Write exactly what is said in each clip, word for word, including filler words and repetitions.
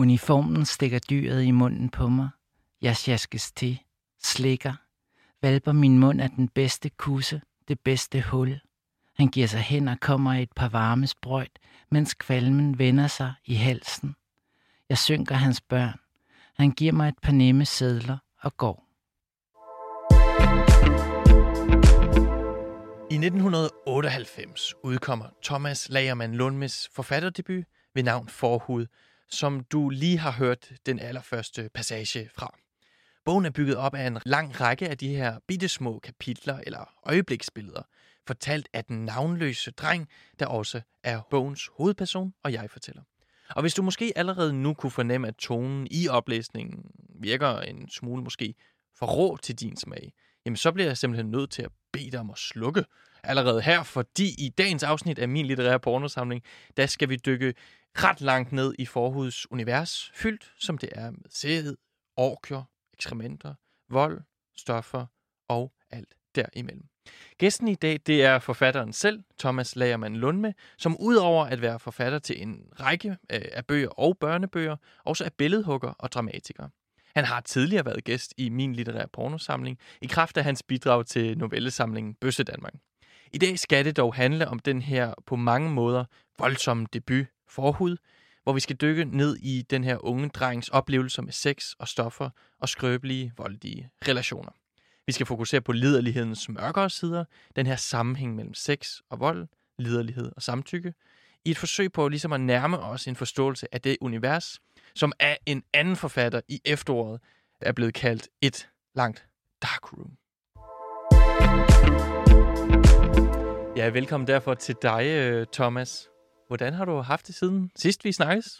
Uniformen stikker dyret i munden på mig. Jeg sjaskes til, slikker, valper min mund af den bedste kusse, det bedste hul. Han giver sig hen og kommer i et par varme sprøjt, mens kvalmen vender sig i halsen. Jeg synker hans børn. Han giver mig et par nemme sedler og går. I nitten otteoghalvfems udkommer Thomas Lagermand Lundmes forfatterdebut ved navn Forhud, som du lige har hørt den allerførste passage fra. Bogen er bygget op af en lang række af de her bittesmå kapitler eller øjebliksbilleder, fortalt af den navnløse dreng, der også er bogens hovedperson og jeg fortæller. Og hvis du måske allerede nu kunne fornemme, at tonen i oplæsningen virker en smule måske for rå til din smag, jamen så bliver jeg simpelthen nødt til at bede dig om at slukke allerede her, fordi i dagens afsnit af min litterære pornosamling, der skal vi dykke ret langt ned i Forhuds univers, fyldt som det er med sæd, orker, ekskrementer, vold, stoffer og alt derimellem. Gæsten i dag, det er forfatteren selv, Thomas Lagermand Lundme, som udover at være forfatter til en række øh, af bøger og børnebøger, også er billedhugger og dramatiker. Han har tidligere været gæst i min litterære pornosamling, i kraft af hans bidrag til novellesamlingen Bøsse Danmark. I dag skal det dog handle om den her på mange måder voldsomme debut, Forhud, hvor vi skal dykke ned i den her unge drengs oplevelser med sex og stoffer og skrøbelige, voldelige relationer. Vi skal fokusere på liderlighedens mørkere sider, den her sammenhæng mellem sex og vold, liderlighed og samtykke, i et forsøg på ligesom at nærme os en forståelse af det univers, som af en anden forfatter i efteråret er blevet kaldt et langt darkroom. Ja, velkommen derfor til dig, Thomas. Hvordan har du haft det siden sidst vi snakkes?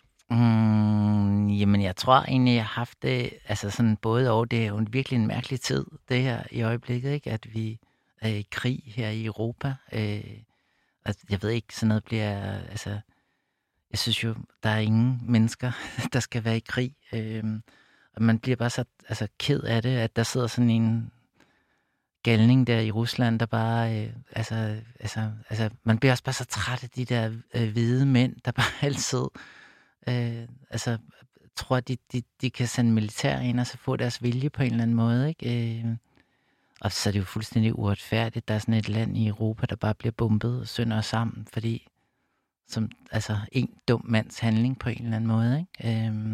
Mm, jamen, jeg tror egentlig, jeg har haft det, altså sådan både og. Det er jo virkelig en mærkelig tid, det her i øjeblikket, ikke? At vi er i krig her i Europa. Øh, og jeg ved ikke, sådan noget bliver, altså, jeg synes jo, der er ingen mennesker, der skal være i krig. Øh, og man bliver bare så altså, ked af det, at der sidder sådan en galning der i Rusland, der bare, øh, altså, altså, altså, man bliver også bare så træt af de der øh, hvide mænd, der bare altid, øh, altså, tror, at de, de, de kan sende militær ind og så få deres vilje på en eller anden måde, ikke? Øh, og så er det jo fuldstændig uretfærdigt. Der er sådan et land i Europa, der bare bliver bombet og sønder sammen, fordi, som, altså, en dum mands handling på en eller anden måde, ikke? Øh,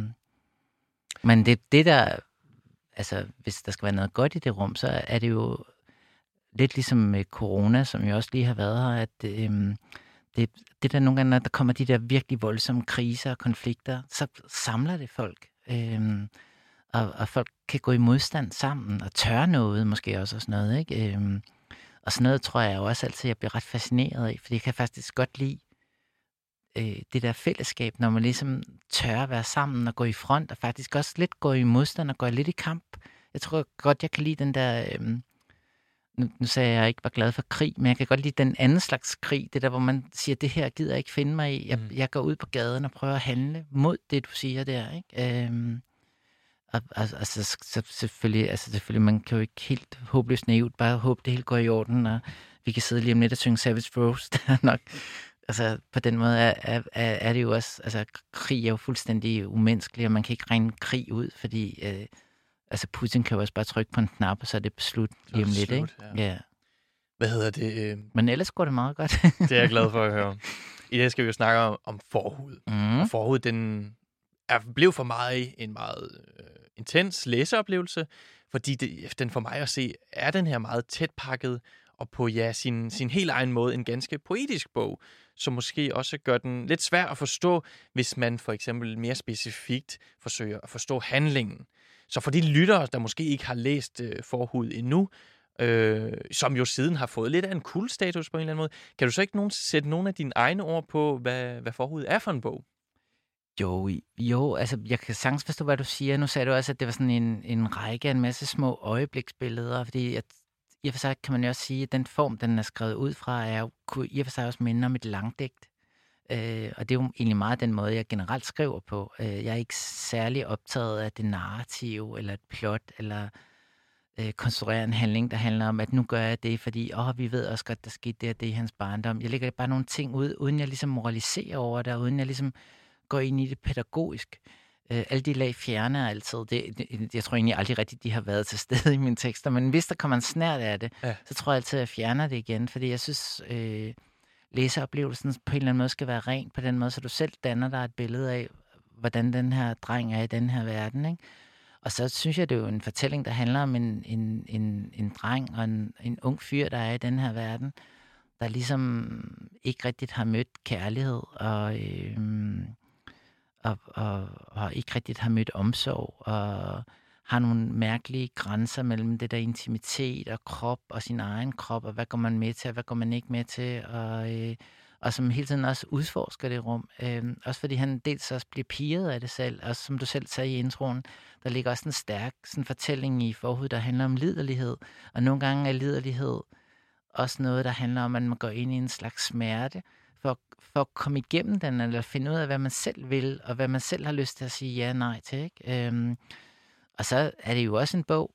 men det, det der, altså, hvis der skal være noget godt i det rum, så er det jo lidt ligesom med corona, som jo også lige har været her, at øhm, det, det der nogle gange, når der kommer de der virkelig voldsomme kriser og konflikter, så samler det folk. Øhm, og, og folk kan gå i modstand sammen og tørre noget, måske også og sådan noget, ikke? Øhm, og sådan noget tror jeg jo også altid, jeg bliver ret fascineret af, fordi jeg kan faktisk godt lide øh, det der fællesskab, når man ligesom tør at være sammen og gå i front, og faktisk også lidt gå i modstand og gå lidt i kamp. Jeg tror godt, jeg kan lide den der... Øhm, Nu, nu sagde jeg, at jeg ikke var glad for krig, men jeg kan godt lide den anden slags krig. Det der, hvor man siger, det her gider jeg ikke finde mig i. Jeg, mm. jeg går ud på gaden og prøver at handle mod det, du siger der, ikke? Øhm, og, og, og så, så selvfølgelig, altså selvfølgelig, man kan jo ikke helt håbløst naivt bare håbe, det hele går i orden, og vi kan sidde lige om lidt og synge Savage Rose. Der er nok, altså på den måde er, er, er det jo også, altså krig er jo fuldstændig umenneskelig, og man kan ikke regne krig ud, fordi... Øh, Altså Putin kan jo også bare trykke på en knap, og så er det beslut lige om lidt, ikke? Ja. Ja. Hvad hedder det? Men ellers går det meget godt. Det er jeg glad for at høre. I dag skal vi jo snakke om, om Forhud. Mm. Og Forhud, den er, blev for mig en meget øh, intens læseoplevelse, fordi det, den for mig at se, er den her meget tæt pakket, og på ja, sin, sin helt egen måde en ganske poetisk bog, som måske også gør den lidt svær at forstå, hvis man for eksempel mere specifikt forsøger at forstå handlingen. Så for de lyttere, der måske ikke har læst øh, Forhud endnu, øh, som jo siden har fået lidt af en kultstatus på en eller anden måde, kan du så ikke nogen, sætte nogle af dine egne ord på, hvad, hvad Forhud er for en bog? Jo, jo, altså jeg kan sagtens forstå, hvad du siger. Nu sagde du også, at det var sådan en, en række af en masse små øjebliksbilleder, fordi at, i og for sig kan man jo også sige, at den form, den er skrevet ud fra, er jo kunne i og for sig også minde om et langdigt. Øh, og det er jo egentlig meget den måde, jeg generelt skriver på. Øh, jeg er ikke særlig optaget af det narrative, eller et plot, eller øh, konstruere en handling, der handler om, at nu gør jeg det, fordi åh, vi ved også godt, der skete det og det i hans barndom. Jeg lægger bare nogle ting ud, uden jeg ligesom moraliserer over det, og uden jeg ligesom går ind i det pædagogisk. Øh, alle de lag fjerner altid. Det, det, jeg tror egentlig aldrig rigtigt, de har været til stede i mine tekster, men hvis der kommer en snært af det, Ja. så tror jeg altid, at jeg fjerner det igen, fordi jeg synes, øh, læseoplevelsen på en eller anden måde skal være ren på den måde, så du selv danner dig et billede af, hvordan den her dreng er i den her verden, ikke? Og så synes jeg, det er jo en fortælling, der handler om en, en, en, en dreng og en, en ung fyr, der er i den her verden, der ligesom ikke rigtigt har mødt kærlighed, og, øh, og, og, og ikke rigtigt har mødt omsorg, og har nogle mærkelige grænser mellem det der intimitet og krop og sin egen krop, og hvad går man med til, og hvad går man ikke med til, og, øh, og som hele tiden også udforsker det rum. Øh, også fordi han dels også bliver pirret af det selv, og som du selv sagde i introen, der ligger også en stærk sådan fortælling i forhovedet, der handler om liderlighed, og nogle gange er liderlighed også noget, der handler om, at man går ind i en slags smerte, for, for at komme igennem den, eller finde ud af, hvad man selv vil, og hvad man selv har lyst til at sige ja og nej til, ikke? Øhm, og så er det jo også en bog,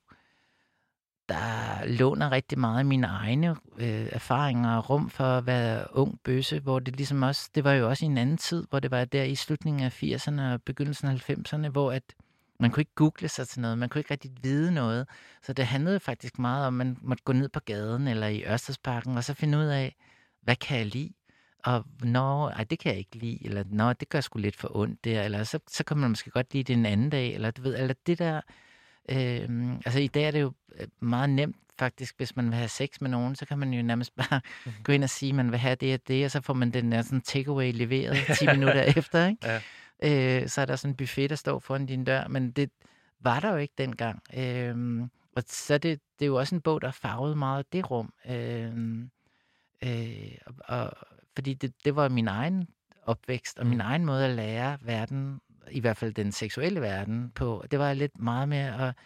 der låner rigtig meget af mine egne øh, erfaringer og rum for at være ung bøsse, hvor det ligesom også, det var jo også i en anden tid, hvor det var der i slutningen af firserne og begyndelsen af halvfemserne, hvor at man kunne ikke google sig til noget, man kunne ikke rigtig vide noget. Så det handlede faktisk meget om, at man måtte gå ned på gaden eller i Ørstedsparken, og så finde ud af, hvad kan jeg lide? Og nå, ej, det kan jeg ikke lide, eller nå, det gør sgu lidt for ondt der, eller så, så kan man måske godt lide det en anden dag, eller du ved, eller det der, øh, altså i dag er det jo meget nemt faktisk, hvis man vil have sex med nogen, så kan man jo nærmest bare mm-hmm. gå ind og sige, at man vil have det og det, og så får man den der sådan takeaway leveret ti minutter efter, ikke? Ja. Øh, så er der sådan en buffet, der står foran din dør, men det var der jo ikke dengang. Øh, og så det, det er jo også en bog, der farvede meget af det rum. Øh, øh, og, fordi det, det var min egen opvækst, og min mm. egen måde at lære verden, i hvert fald den seksuelle verden, på. Det var lidt meget med at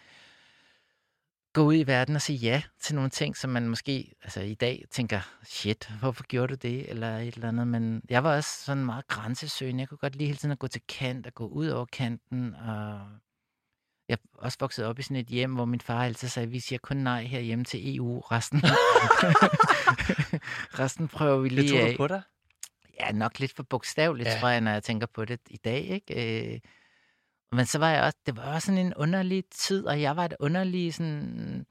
gå ud i verden og sige ja til nogle ting, som man måske altså i dag tænker, shit, hvorfor gjorde du det, eller et eller andet. Men jeg var også sådan meget grænsesøgende. Jeg kunne godt lide hele tiden at gå til kant og gå ud over kanten. Og jeg er også vokset op i sådan et hjem, hvor min far altid sagde, vi siger kun nej herhjemme til E U. Resten, Resten prøver vi lige af. Det tog du på dig? Ja, nok lidt for bogstaveligt, ja. Tror jeg, når jeg tænker på det i dag, ikke? Øh, Men så var jeg også, det var også sådan en underlig tid, og jeg var et underligt, sådan,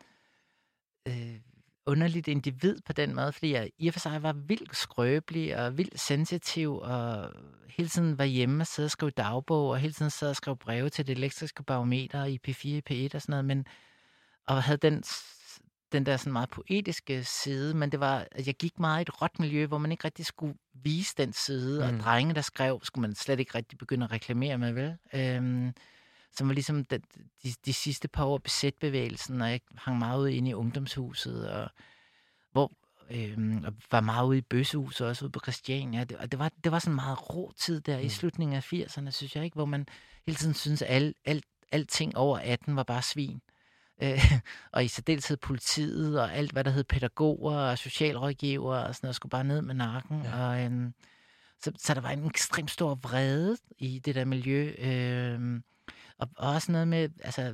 øh, underligt individ på den måde, fordi jeg i og for sig var vildt skrøbelig og vildt sensitiv, og hele tiden var hjemme og sidde og skrive dagbog, og hele tiden sad og skrev breve til det elektriske barometer i P fire, P et og sådan noget, men, og havde den, den der sådan meget poetiske side, men det var, at jeg gik meget i et råt miljø, hvor man ikke rigtig skulle vise den side, mm. og drenge, der skrev, skulle man slet ikke rigtig begynde at reklamere med, vel? Øhm, som var ligesom de, de, de sidste par år besætbevægelsen, og jeg hang meget ude inde i ungdomshuset, og hvor øhm, og var meget ude i bøssehuset, også ude på Christiania, det, og det var, det var sådan en meget rå tid der mm. i slutningen af firserne, synes jeg, ikke? Hvor man hele tiden synes, at al, al, alting over atten var bare svin. Øh, og i særdeleshed politiet og alt, hvad der hed pædagoger og socialrådgivere og sådan noget, skulle bare ned med nakken. Ja. Og, øhm, så, så der var en ekstremt stor vrede i det der miljø. Øhm, og, og også noget med, altså,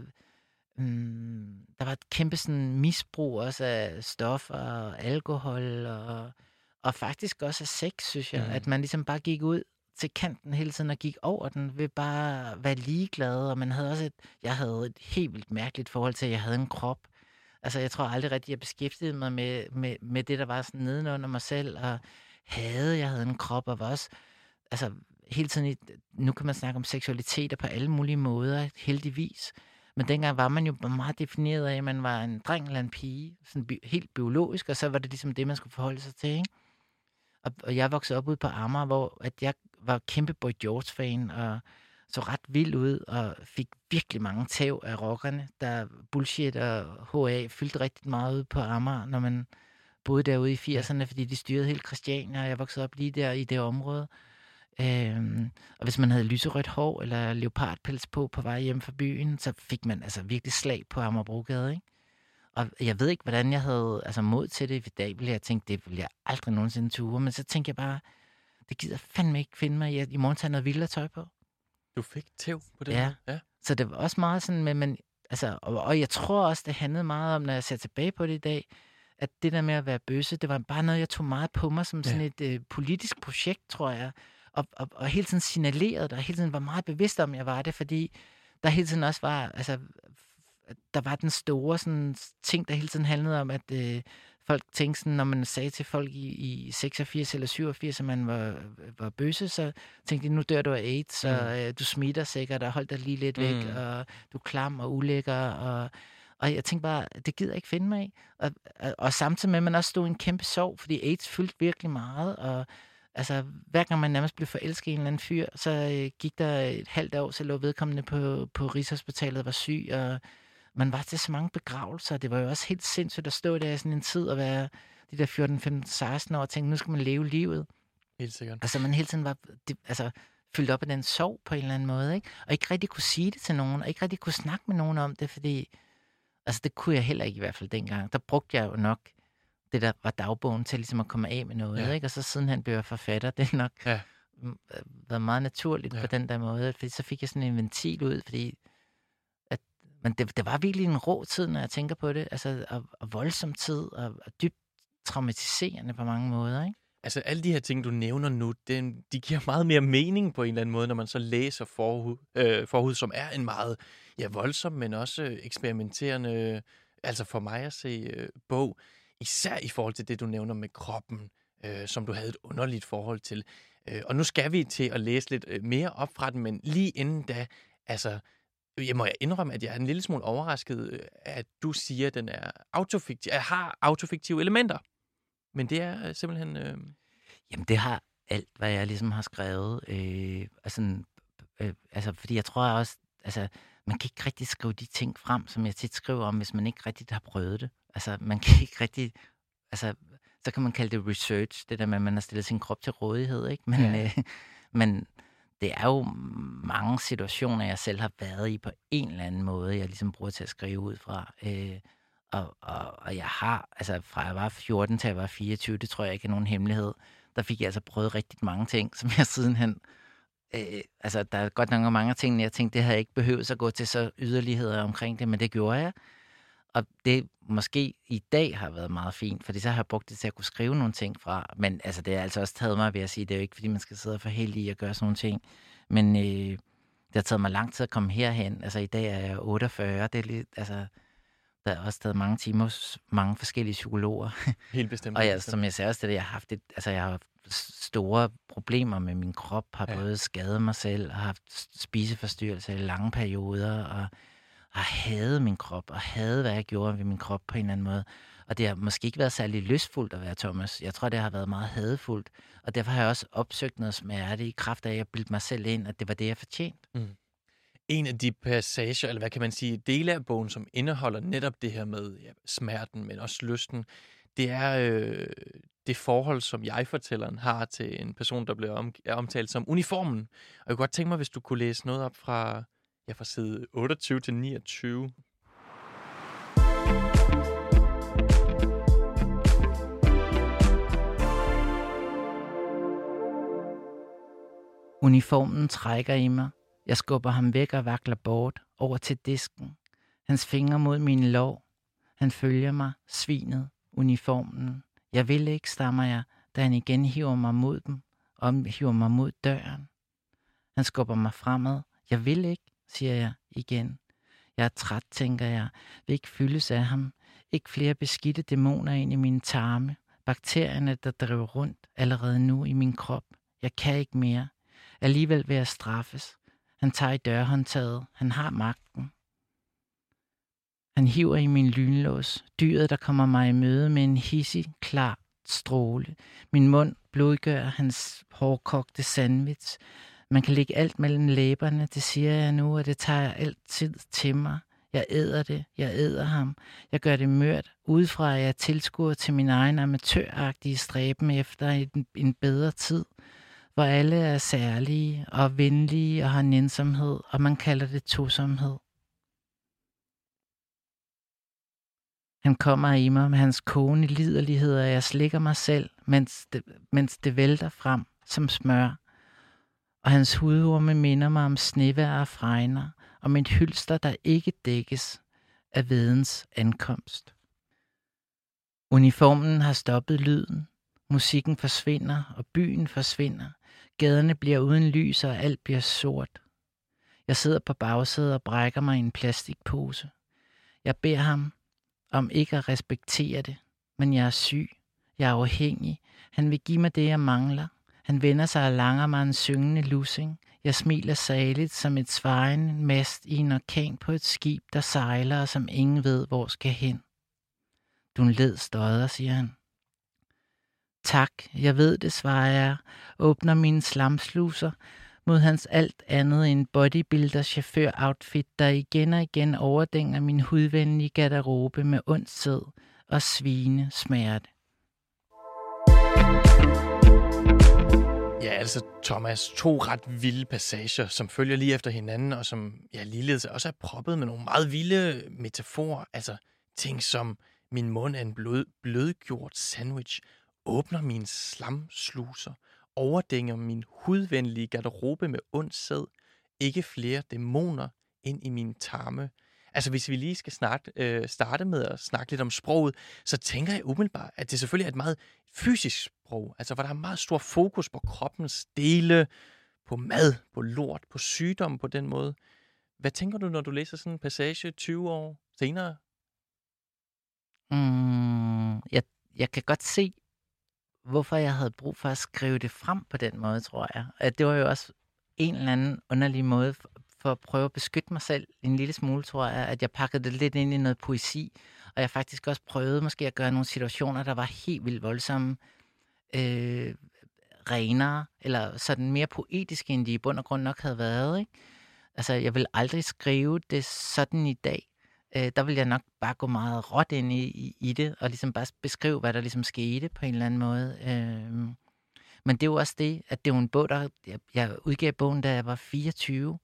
øhm, der var et kæmpe sådan, misbrug også af stoffer og alkohol, og, og faktisk også af sex, synes jeg. Mm. At man ligesom bare gik ud til kanten hele tiden og gik over den ved bare være ligeglad, og man havde også et, jeg havde et helt vildt mærkeligt forhold til, at jeg havde en krop. Altså, jeg tror aldrig rigtig, jeg beskæftigede mig med, med, med det, der var sådan nedenunder mig selv, og havde, jeg havde en krop, og var også, altså, hele tiden, nu kan man snakke om seksualitet på alle mulige måder, heldigvis. Men dengang var man jo meget defineret af, at man var en dreng eller en pige, sådan bi- helt biologisk, og så var det ligesom det, man skulle forholde sig til, ikke? Og, og jeg voksede op ude på Amager, hvor at jeg var kæmpe Boy George-fan, og så ret vild ud, og fik virkelig mange tæv af rockerne, der bullshit og H A fyldte rigtig meget ud på Amager, når man boede derude i firserne, fordi de styrede helt Christiania, og jeg voksede op lige der i det område. Øhm, og hvis man havde lyserødt hår eller leopardpels på på vej hjem fra byen, så fik man altså virkelig slag på Amagerbrogade, ikke? Og jeg ved ikke, hvordan jeg havde altså mod til det i dag, ville jeg tænke, det ville jeg aldrig nogensinde ture, men så tænkte jeg bare, det gider fandme ikke finde mig, jeg i morgen tager noget vildere tøj på. Du fik tæv på det? Ja. ja, så det var også meget sådan med, men, altså, og, og jeg tror også, det handlede meget om, når jeg ser tilbage på det i dag, at det der med at være bøsse, det var bare noget, jeg tog meget på mig som sådan ja. et øh, politisk projekt, tror jeg, og, og, og hele tiden signalerede det, og hele tiden var meget bevidst om, at jeg var det, fordi der hele tiden også var, altså, der var den store sådan, ting, der hele tiden handlede om, at øh, folk tænkte sådan, når man sagde til folk i, i seksogfirs eller syvogfirs, at man var, var bøsse, så tænkte de, nu dør du af AIDS, mm. og øh, du smitter sikkert, og hold dig lige lidt væk, mm. og du er klam og ulækker, og, og jeg tænkte bare, det gider jeg ikke finde mig i. Og, og, og samtidig med, at man også stod i en kæmpe sorg, fordi AIDS fyldte virkelig meget, og altså, hver gang man nærmest blev forelsket i en eller anden fyr, så øh, gik der et halvt år, så lå vedkommende på, på Rigshospitalet og var syg, og man var til så mange begravelser. Det var jo også helt sindssygt at stå der i sådan en tid og være de der fjorten, femten, seksten år og tænke, nu skal man leve livet. Helt sikkert. Altså, man hele tiden var det, altså, fyldt op af den sorg på en eller anden måde, ikke? Og ikke rigtig kunne sige det til nogen, og ikke rigtig kunne snakke med nogen om det, fordi altså, det kunne jeg heller ikke i hvert fald dengang. Der brugte jeg jo nok det, der var dagbogen til ligesom at komme af med noget, ja. Ikke? Og så siden han blev forfatter, det er nok ja. været meget naturligt ja. på den der måde, fordi så fik jeg sådan en ventil ud, fordi at, men det, det var virkelig en rå tid, når jeg tænker på det, altså, og, og voldsom tid, og, og dybt traumatiserende på mange måder, ikke? Altså alle de her ting, du nævner nu, det, de giver meget mere mening på en eller anden måde, når man så læser Forhud, øh, Forhud som er en meget ja, voldsom, men også eksperimenterende, altså for mig at se, øh, bog. Især i forhold til det, du nævner med kroppen, øh, som du havde et underligt forhold til. Øh, og nu skal vi til at læse lidt øh, mere op fra den, men lige inden da, altså, jeg må indrømme, at jeg er en lille smule overrasket, øh, at du siger, at den er autofiktiv, at har autofiktive elementer. Men det er simpelthen... Øh... Jamen, det har alt, hvad jeg ligesom har skrevet. Øh, altså, øh, altså, fordi jeg tror også, altså, man kan ikke rigtig skrive de ting frem, som jeg tit skriver om, hvis man ikke rigtig har prøvet det. Altså, man kan ikke rigtig... Altså, så kan man kalde det research, det der med, at man har stillet sin krop til rådighed, ikke? Men, ja. øh, men det er jo mange situationer, jeg selv har været i på en eller anden måde, jeg ligesom bruger til at skrive ud fra. Øh, og, og, og jeg har, altså fra jeg var fjorten til jeg var fireogtyve, det tror jeg ikke er nogen hemmelighed, der fik jeg altså prøvet rigtig mange ting, som jeg sidenhen... Øh, altså, der er godt nok mange ting, jeg tænkte, det havde jeg ikke behøvet at gå til så yderligheder omkring det, men det gjorde jeg. Og det måske i dag har været meget fint, fordi så har jeg brugt det til at kunne skrive nogle ting fra. Men altså, det har altså også taget mig ved at sige, det er jo ikke, fordi man skal sidde og for heldig i at gøre sådan nogle ting. Men øh, det har taget mig lang tid at komme herhen. Altså, i dag er jeg otteogfyrre. Det er lidt, altså, der har også taget mange timer hos mange forskellige psykologer. Helt bestemt. Og jeg, som jeg sagde også, det, jeg har haft et, altså, jeg har haft store problemer med min krop, har ja. både skadet mig selv, og haft spiseforstyrrelser i lange perioder, og har hadet min krop, og hadet, hvad jeg gjorde ved min krop på en eller anden måde. Og det har måske ikke været særlig lystfuldt at være Thomas. Jeg tror, det har været meget hadefuldt. Og derfor har jeg også opsøgt noget smerte i kraft af, at jeg bildte mig selv ind, at det var det, jeg fortjente. Mm. En af de passager, eller hvad kan man sige, dele af bogen, som indeholder netop det her med ja, smerten, men også lysten, det er øh, det forhold, som jeg-fortælleren har til en person, der bliver om, er omtalt som uniformen. Og jeg kunne godt tænke mig, hvis du kunne læse noget op fra, ja, fra side otteogtyve til niogtyve. Uniformen trækker i mig. Jeg skubber ham væk og vakler bort over til disken. Hans fingre mod mine lår. Han følger mig, svinet, uniformen. Jeg vil ikke, stammer jeg, da han igen hiver mig mod dem, og hiver mig mod døren. Han skubber mig fremad. Jeg vil ikke, siger jeg igen. Jeg er træt, tænker jeg. Vil ikke fyldes af ham. Ikke flere beskidte dæmoner ind i mine tarme. Bakterierne, der driver rundt allerede nu i min krop. Jeg kan ikke mere. Alligevel vil jeg straffes. Han tager i dørhåndtaget. Han har magten. Han hiver i min lynlås. Dyret, der kommer mig i møde med en hissig, klar stråle. Min mund blodgør hans hårdkogte sandwich. Man kan lægge alt mellem læberne, det siger jeg nu, og det tager jeg altid til mig. Jeg æder det, jeg æder ham. Jeg gør det mørt, udefra at jeg tilskuer til min egen amatøragtige stræben efter en, en bedre tid, hvor alle er særlige og venlige og har nænsomhed, og man kalder det tosomhed. Han kommer i mig med hans kogende liderlighed, og jeg slikker mig selv, mens det, mens det vælter frem som smør. Og hans hudorme minder mig om snevejr og fregner, om et hylster, der ikke dækkes af vedens ankomst. Uniformen har stoppet lyden. Musikken forsvinder, og byen forsvinder. Gaderne bliver uden lys, og alt bliver sort. Jeg sidder på bagsædet og brækker mig i en plastikpose. Jeg beder ham om ikke at respektere det, men jeg er syg. Jeg er afhængig. Han vil give mig det, jeg mangler. Han vender sig og langer mig en syngende lussing. Jeg smiler saligt som et svejende mast i en orkan på et skib, der sejler, og som ingen ved, hvor skal hen. Du er en led stodder, siger han. Tak, jeg ved det, svarer jeg. Åbner mine slamsluser mod hans alt andet end bodybuilder-chauffør-outfit, der igen og igen overdænger min hudvenlige garderobe med ond sæd og svine smerte. Ja, altså Thomas, to ret vilde passager, som følger lige efter hinanden, og som ja, ligeledes også er proppet med nogle meget vilde metaforer. Altså ting som, min mund er en blød, blødgjort sandwich, åbner mine slamsluser, overdænger min hudvenlige garderobe med ond sæd, ikke flere dæmoner ind i mine tarme. Altså hvis vi lige skal snakke, øh, starte med at snakke lidt om sproget, så tænker jeg umiddelbart, at det selvfølgelig er et meget fysisk sprog, altså hvor der er meget stor fokus på kroppens dele, på mad, på lort, på sygdom på den måde. Hvad tænker du, når du læser sådan en passage tyve år senere? Mm, jeg, jeg kan godt se, hvorfor jeg havde brug for at skrive det frem på den måde, tror jeg. At det var jo også en eller anden underlig måde for, for at prøve at beskytte mig selv en lille smule, tror jeg, at jeg pakkede det lidt ind i noget poesi, og jeg faktisk også prøvede måske at gøre nogle situationer, der var helt vildt voldsomme, øh, renere, eller sådan mere poetiske, end de i bund og grund nok havde været, ikke? Altså, jeg vil aldrig skrive det sådan i dag. Øh, der vil jeg nok bare gå meget råt ind i, i, i det, og ligesom bare beskrive, hvad der ligesom skete på en eller anden måde. Øh, men det er jo også det, at det er jo en bog, der... Jeg, jeg udgav bogen, da jeg var fireogtyve.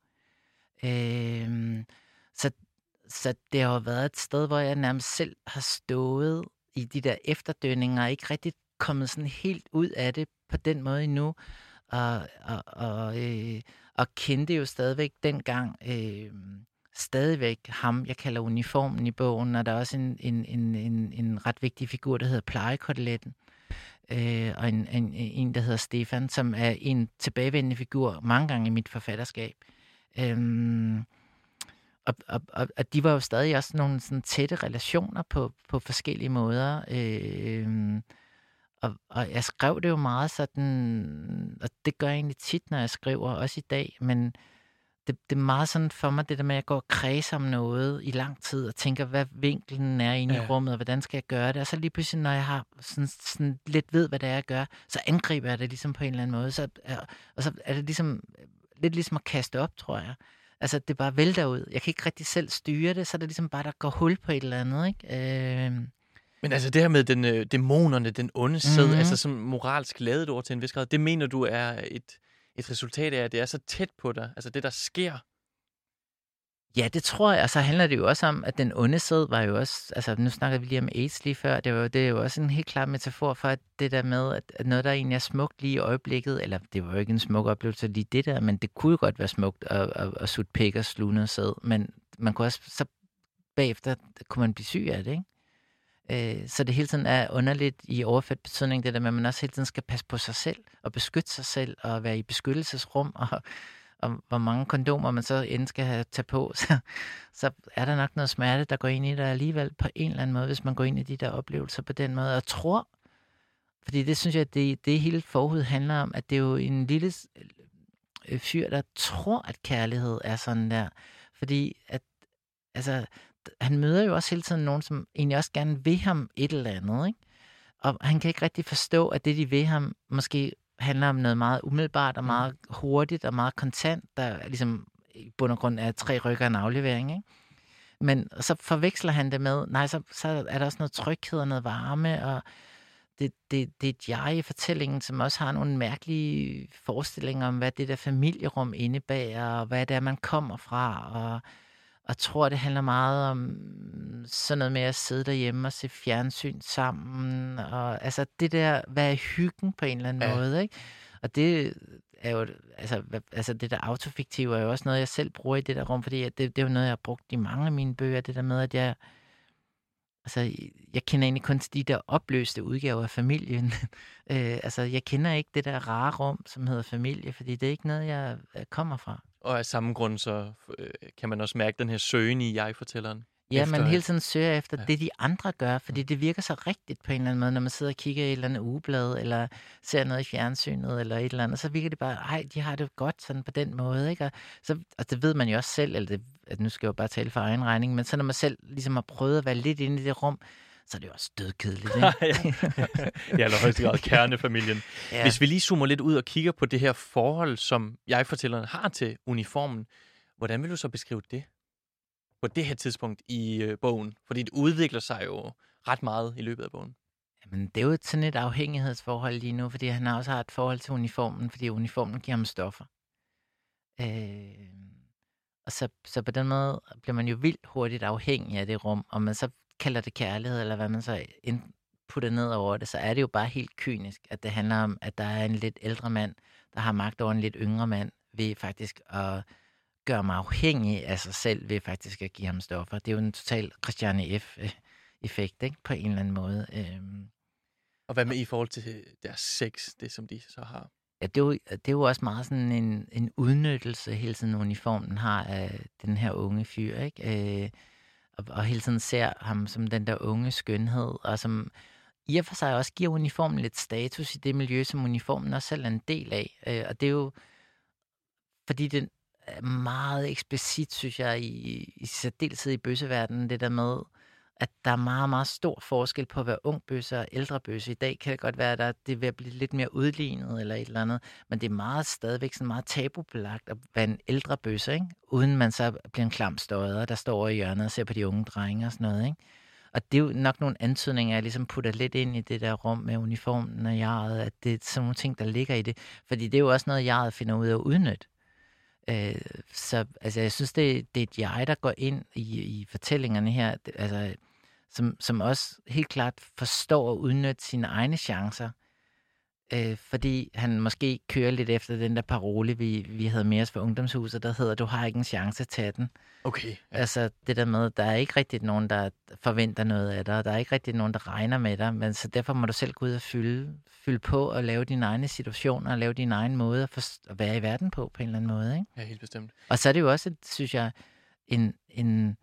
Øh, så, så det har jo været et sted, hvor jeg nærmest selv har stået i de der efterdønninger, og ikke rigtig kommet sådan helt ud af det på den måde endnu. Og, og, og, øh, og kendte jo stadigvæk dengang... Øh, stadigvæk ham, jeg kalder uniformen i bogen, og der er også en, en, en, en, en ret vigtig figur, der hedder Plejekoteletten, øh, og en, en, en, der hedder Stefan, som er en tilbagevendende figur mange gange i mit forfatterskab. Øhm, og, og, og, og de var jo stadig også nogle sådan tætte relationer på, på forskellige måder. Øh, og, og jeg skrev det jo meget sådan, og det gør jeg egentlig tit, når jeg skriver, også i dag, men Det, det er meget sådan for mig, det der med, at jeg går og kredser om noget i lang tid, og tænker, hvad vinklen er inde ja. i rummet, og hvordan skal jeg gøre det? Og så lige pludselig, når jeg har sådan, sådan lidt ved, hvad det er, jeg gør, så angriber jeg det ligesom på en eller anden måde. Så, og så er det ligesom, lidt ligesom at kaste op, tror jeg. Altså, det bare vælter ud. Jeg kan ikke rigtig selv styre det, så er det ligesom bare, der går hul på et eller andet, ikke? Øh... Men altså det her med den, øh, dæmonerne, den onde sæd, mm-hmm. altså som moralsk ladet ord til en vis grad, det mener du er et... et resultat af, at det er så tæt på dig, altså det, der sker? Ja, det tror jeg, og så handler det jo også om, at den onde sæd var jo også, altså nu snakker vi lige om AIDS lige før, det, var jo, det er jo også en helt klar metafor for, at det der med, at noget, der egentlig er smukt lige i øjeblikket, eller det var jo ikke en smuk oplevelse lige det der, men det kunne jo godt være smukt at, at, at sutte pik og sluge noget sæd, men man kunne også, så bagefter kunne man blive syg af det, ikke? Så det hele tiden er underligt i overført betydning, det der med, at man også hele tiden skal passe på sig selv, og beskytte sig selv, og være i beskyttelsesrum, og, og hvor mange kondomer man så end skal have tage på, så, så er der nok noget smerte, der går ind i det alligevel på en eller anden måde, hvis man går ind i de der oplevelser på den måde, og tror, fordi det synes jeg, at det, det hele forhud handler om, at det er jo en lille fyr, der tror, at kærlighed er sådan der, fordi at, altså, han møder jo også hele tiden nogen, som egentlig også gerne vil ham et eller andet, ikke? Og han kan ikke rigtig forstå, at det, de vil ham, måske handler om noget meget umiddelbart og meget hurtigt og meget kontant, der ligesom i bund og grund er tre rykker en aflevering, ikke? Men så forveksler han det med, nej, så, så er der også noget tryghed og noget varme, og det, det, det er et jeg i fortællingen, som også har nogle mærkelige forestillinger om, hvad det der familierum indebærer, og hvad det er, man kommer fra, og Og tror, det handler meget om sådan noget med at sidde derhjemme og se fjernsyn sammen. Og altså det der, hvad er hyggen på en eller anden ja. måde, ikke? Og det er jo, altså, altså det der autofiktive er jo også noget, jeg selv bruger i det der rum, fordi det, det er jo noget, jeg har brugt i mange af mine bøger, det der med, at jeg, Altså, jeg kender egentlig kun til de der opløste udgaver af familien. øh, altså, jeg kender ikke det der rare rum, som hedder familie, fordi det er ikke noget, jeg kommer fra. Og af samme grund, så øh, kan man også mærke den her søgen i jeg-fortælleren. Ja, efter, man hele tiden søger efter ja. det, de andre gør, fordi det virker så rigtigt på en eller anden måde, når man sidder og kigger i et eller andet ugeblad, eller ser noget i fjernsynet, eller et eller andet, så virker det bare, ej, de har det godt sådan på den måde, ikke? Og, så, og det ved man jo også selv, eller det, at nu skal jeg jo bare tale for egen regning, men så når man selv ligesom har prøvet at være lidt inde i det rum, så er det jo også dødkedeligt, ikke? ja, i allerhøjeste grad kernefamilien. Ja. Hvis vi lige zoomer lidt ud og kigger på det her forhold, som jeg-fortælleren har til uniformen, hvordan vil du så beskrive det? På det her tidspunkt i øh, bogen? Fordi det udvikler sig jo ret meget i løbet af bogen. Jamen, det er jo sådan et afhængighedsforhold lige nu, fordi han også har et forhold til uniformen, fordi uniformen giver ham stoffer. Øh, og så, så på den måde bliver man jo vildt hurtigt afhængig af det rum, og man så kalder det kærlighed, eller hvad man så putter ned over det, så er det jo bare helt kynisk, at det handler om, at der er en lidt ældre mand, der har magt over en lidt yngre mand, ved faktisk at gøre mig afhængig af sig selv, ved faktisk at give ham stoffer. Det er jo en total Christiane F-effekt, ikke? På en eller anden måde. Øhm. Og hvad med i forhold til deres sex, det som de så har? Ja, det er jo, det er jo også meget sådan en, en udnyttelse, hele tiden uniformen har af den her unge fyr, ikke? Øh, og, og hele tiden ser ham som den der unge skønhed, og som i og for sig også giver uniformen lidt status i det miljø, som uniformen også selv er en del af. Øh, og det er jo, fordi den er meget eksplicit, synes jeg, i, i særdeleshed i bøsseverdenen, det der med, at der er meget, meget stor forskel på at være ung bøsse og ældre bøsse. I dag kan det godt være, at der, det er ved at blive lidt mere udlignet eller et eller andet, men det er meget stadigvæk sådan meget tabubelagt at være en ældre bøsse, ikke? Uden man så bliver en klam støder, der står over i hjørnet og ser på de unge drenge og sådan noget, ikke? Og det er jo nok nogle antydninger, jeg ligesom putter lidt ind i det der rum med uniformen og jeget, at det er sådan nogle ting, der ligger i det. Fordi det er jo også noget, jeget finder ud af at udnytte. Øh, så altså, jeg synes, det, det er et jeg, der går ind i, i fortællingerne her, det, altså, som, som også helt klart forstår at udnytte sine egne chancer, øh, fordi han måske kører lidt efter den der parole, vi, vi havde med os fra ungdomshuset, der hedder, du har ikke en chance, tag den. Okay. Ja. Altså det der med, der er ikke rigtig nogen, der forventer noget af dig, og der er ikke rigtig nogen, der regner med dig, men så derfor må du selv gå ud og fylde, fylde på og lave dine egne situationer, og lave din egen måde at, for, at være i verden på, på en eller anden måde, ikke? Ja, helt bestemt. Og så er det jo også, synes jeg, en, en,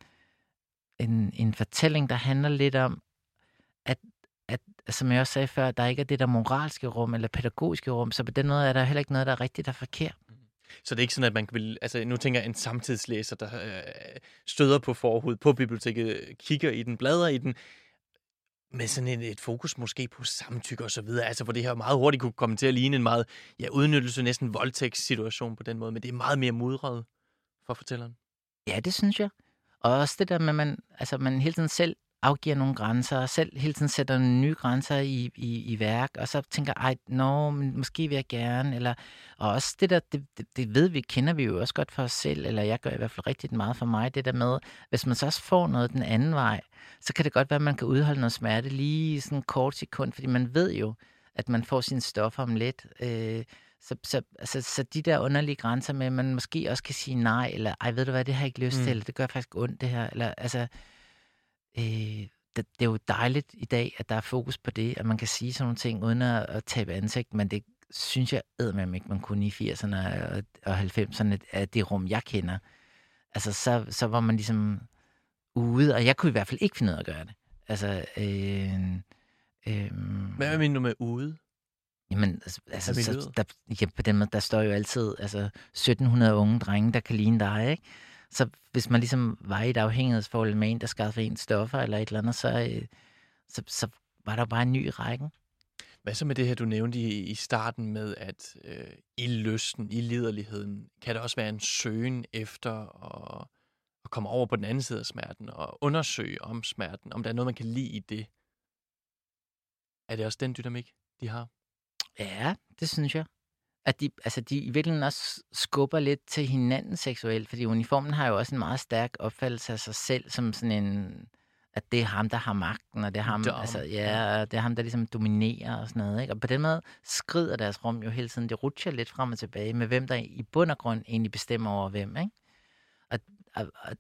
en, en fortælling, der handler lidt om, at, at, som jeg også sagde før, der ikke er det der moralske rum, eller pædagogiske rum, så på den måde er der heller ikke noget, der er rigtigt og forkert. Så det er ikke sådan, at man vil... Altså, nu tænker jeg, en samtidslæser, der øh, støder på forhud på biblioteket, kigger i den, bladrer i den, med sådan et, et fokus måske på samtykke og så videre, altså hvor det her meget hurtigt kunne komme til at ligne en meget, ja, udnyttelse, næsten voldtægtssituation på den måde, men det er meget mere mudret for fortælleren. Ja, det synes jeg. Og også det der med, at man, altså, man hele tiden selv afgiver nogle grænser, og selv hele tiden sætter nogle nye grænser i, i, i værk, og så tænker, ej, nå, men måske vil jeg gerne, eller, og også det der, det, det, det ved vi, kender vi jo også godt for os selv, eller jeg gør i hvert fald rigtig meget for mig, det der med, hvis man så også får noget den anden vej, så kan det godt være, at man kan udholde noget smerte lige sådan en kort sekund, fordi man ved jo, at man får sine stoffer om lidt, øh, Så, så, altså, så de der underlige grænser med, at man måske også kan sige nej, eller ej, ved du hvad, det har jeg ikke lyst mm. til, eller det gør faktisk ondt, det her. Eller, altså, øh, det, det er jo dejligt i dag, at der er fokus på det, at man kan sige sådan nogle ting, uden at, at tabe ansigt, men det synes jeg eddermame ikke, man kunne i firserne og, og halvfemserne, af det rum, jeg kender. Altså, så, så var man ligesom ude, og jeg kunne i hvert fald ikke finde ud af at gøre det. Altså, øh, øh, hvad mener du med ude? Jamen, altså, så, der, ja, på den måde, der står jo altid altså, sytten hundrede unge drenge, der kan ligne dig, ikke? Så hvis man ligesom var i et afhængighedsforhold med en, der skaffede en stoffer eller et eller andet, så, øh, så, så var der bare en ny række. Hvad så med det her, du nævnte i, i starten med, at øh, i lysten, i liderligheden, kan der også være en søgen efter at, at komme over på den anden side af smerten og undersøge om smerten, om der er noget, man kan lide i det? Er det også den dynamik, de har? Ja, det synes jeg. At de, altså de i virkeligheden også skubber lidt til hinanden seksuelt, fordi uniformen har jo også en meget stærk opfattelse af sig selv, som sådan en, at det er ham, der har magten, og det er ham, Dom. altså, ja, det er ham, der ligesom dominerer og sådan noget, ikke? Og på den måde skrider deres rum jo hele tiden, det rutscher lidt frem og tilbage, med hvem der i bund og grund egentlig bestemmer over hvem, ikke? Og, og, og det,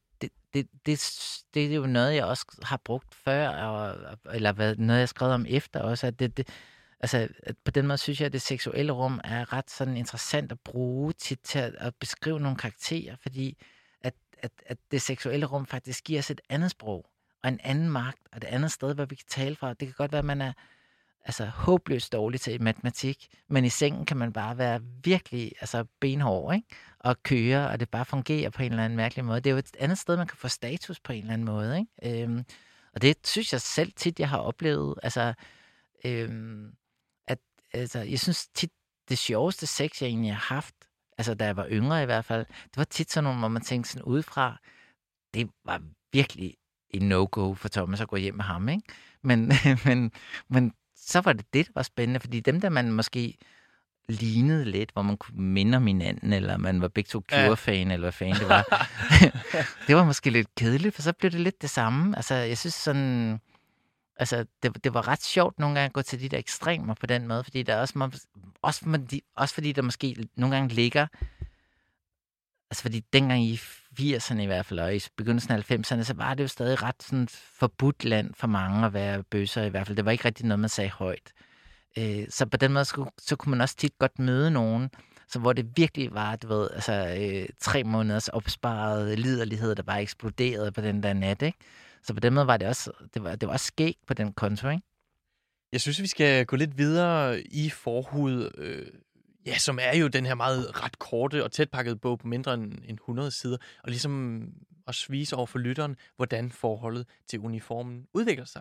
det, det, det er jo noget, jeg også har brugt før, og, eller hvad, noget, jeg har skrevet om efter også, at det, det altså, at på den måde synes jeg, at det seksuelle rum er ret sådan interessant at bruge tit til at, at beskrive nogle karakterer, fordi at, at, at det seksuelle rum faktisk giver os et andet sprog, og en anden magt, og et andet sted, hvor vi kan tale fra. Det kan godt være, at man er altså håbløst dårlig til matematik, men i sengen kan man bare være virkelig altså benhård, ikke? Og køre, og det bare fungerer på en eller anden mærkelig måde. Det er jo et andet sted, man kan få status på en eller anden måde, ikke? Øhm, og det synes jeg selv tit, jeg har oplevet. Altså, øhm, at altså, jeg synes tit, det sjoveste sex, jeg egentlig har haft, altså da jeg var yngre i hvert fald, det var tit sådan nogle, hvor man tænkte sådan udefra, det var virkelig en no-go for Thomas at gå hjem med ham, ikke? Men, men, men så var det det, der var spændende, fordi dem, der man måske lignede lidt, hvor man kunne minde om hinanden, eller man var begge to Cure-fan, ja. Eller hvad fanden det var. Det var måske lidt kedeligt, for så blev det lidt det samme. Altså, jeg synes sådan, altså, det, det var ret sjovt nogle gange at gå til de der ekstremer på den måde, fordi der er også, også, fordi, også fordi der måske nogle gange ligger, altså fordi dengang i firserne i hvert fald, og i begyndelsen af halvfemserne, så var det jo stadig ret sådan forbudt land for mange at være bøsser i hvert fald. Det var ikke rigtig noget, man sagde højt. Øh, så på den måde, så, så kunne man også tit godt møde nogen, så hvor det virkelig var, du ved, altså øh, tre måneders opsparede liderlighed, der bare eksploderede på den der nat, ikke? Så på den måde var det også, det var, det var også skægt på den konto, ikke? Jeg synes, vi skal gå lidt videre i Forhud, øh, ja, som er jo den her meget ret korte og tætpakkede bog på mindre end hundrede sider, og ligesom også vise over for lytteren, hvordan forholdet til uniformen udvikler sig.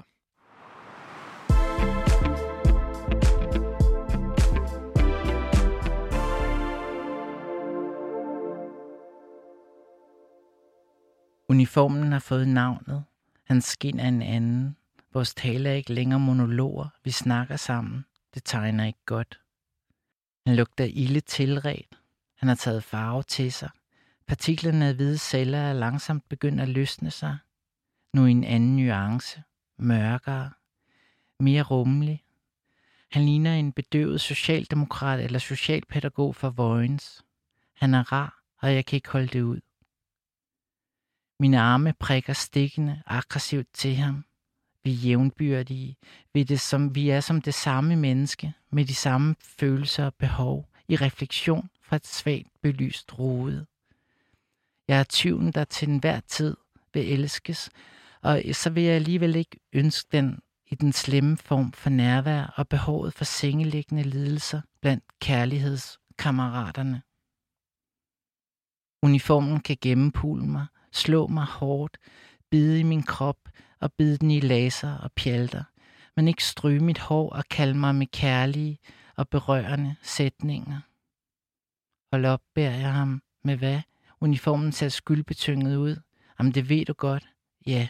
Uniformen har fået navnet. Hans skin er en anden. Vores tale er ikke længere monologer. Vi snakker sammen. Det tegner ikke godt. Han lugter ilde tilredt. Han har taget farve til sig. Partiklerne af hvide celler er langsomt begyndt at løsne sig. Nu i en anden nuance. Mørkere. Mere rummelig. Han ligner en bedøvet socialdemokrat eller socialpædagog fra Vojens. Han er rar, og jeg kan ikke holde det ud. Mine arme prikker stikkende, aggressivt til ham. Vi er jævnbyrdige. Vi er, det som, vi er som det samme menneske, med de samme følelser og behov, i refleksion fra et svagt belyst rode. Jeg er tyven, der til enhver tid vil elskes, og så vil jeg alligevel ikke ønske den i den slemme form for nærvær og behovet for sengeliggende lidelser blandt kærlighedskammeraterne. Uniformen kan gennempule mig, slå mig hårdt, bide i min krop og bide den i laser og pjalter, men ikke stryge mit hår og kalde mig med kærlige og berørende sætninger. Hold op, beder jeg ham. Med hvad? Uniformen ser skyldbetynget ud. Jamen, det ved du godt. Ja.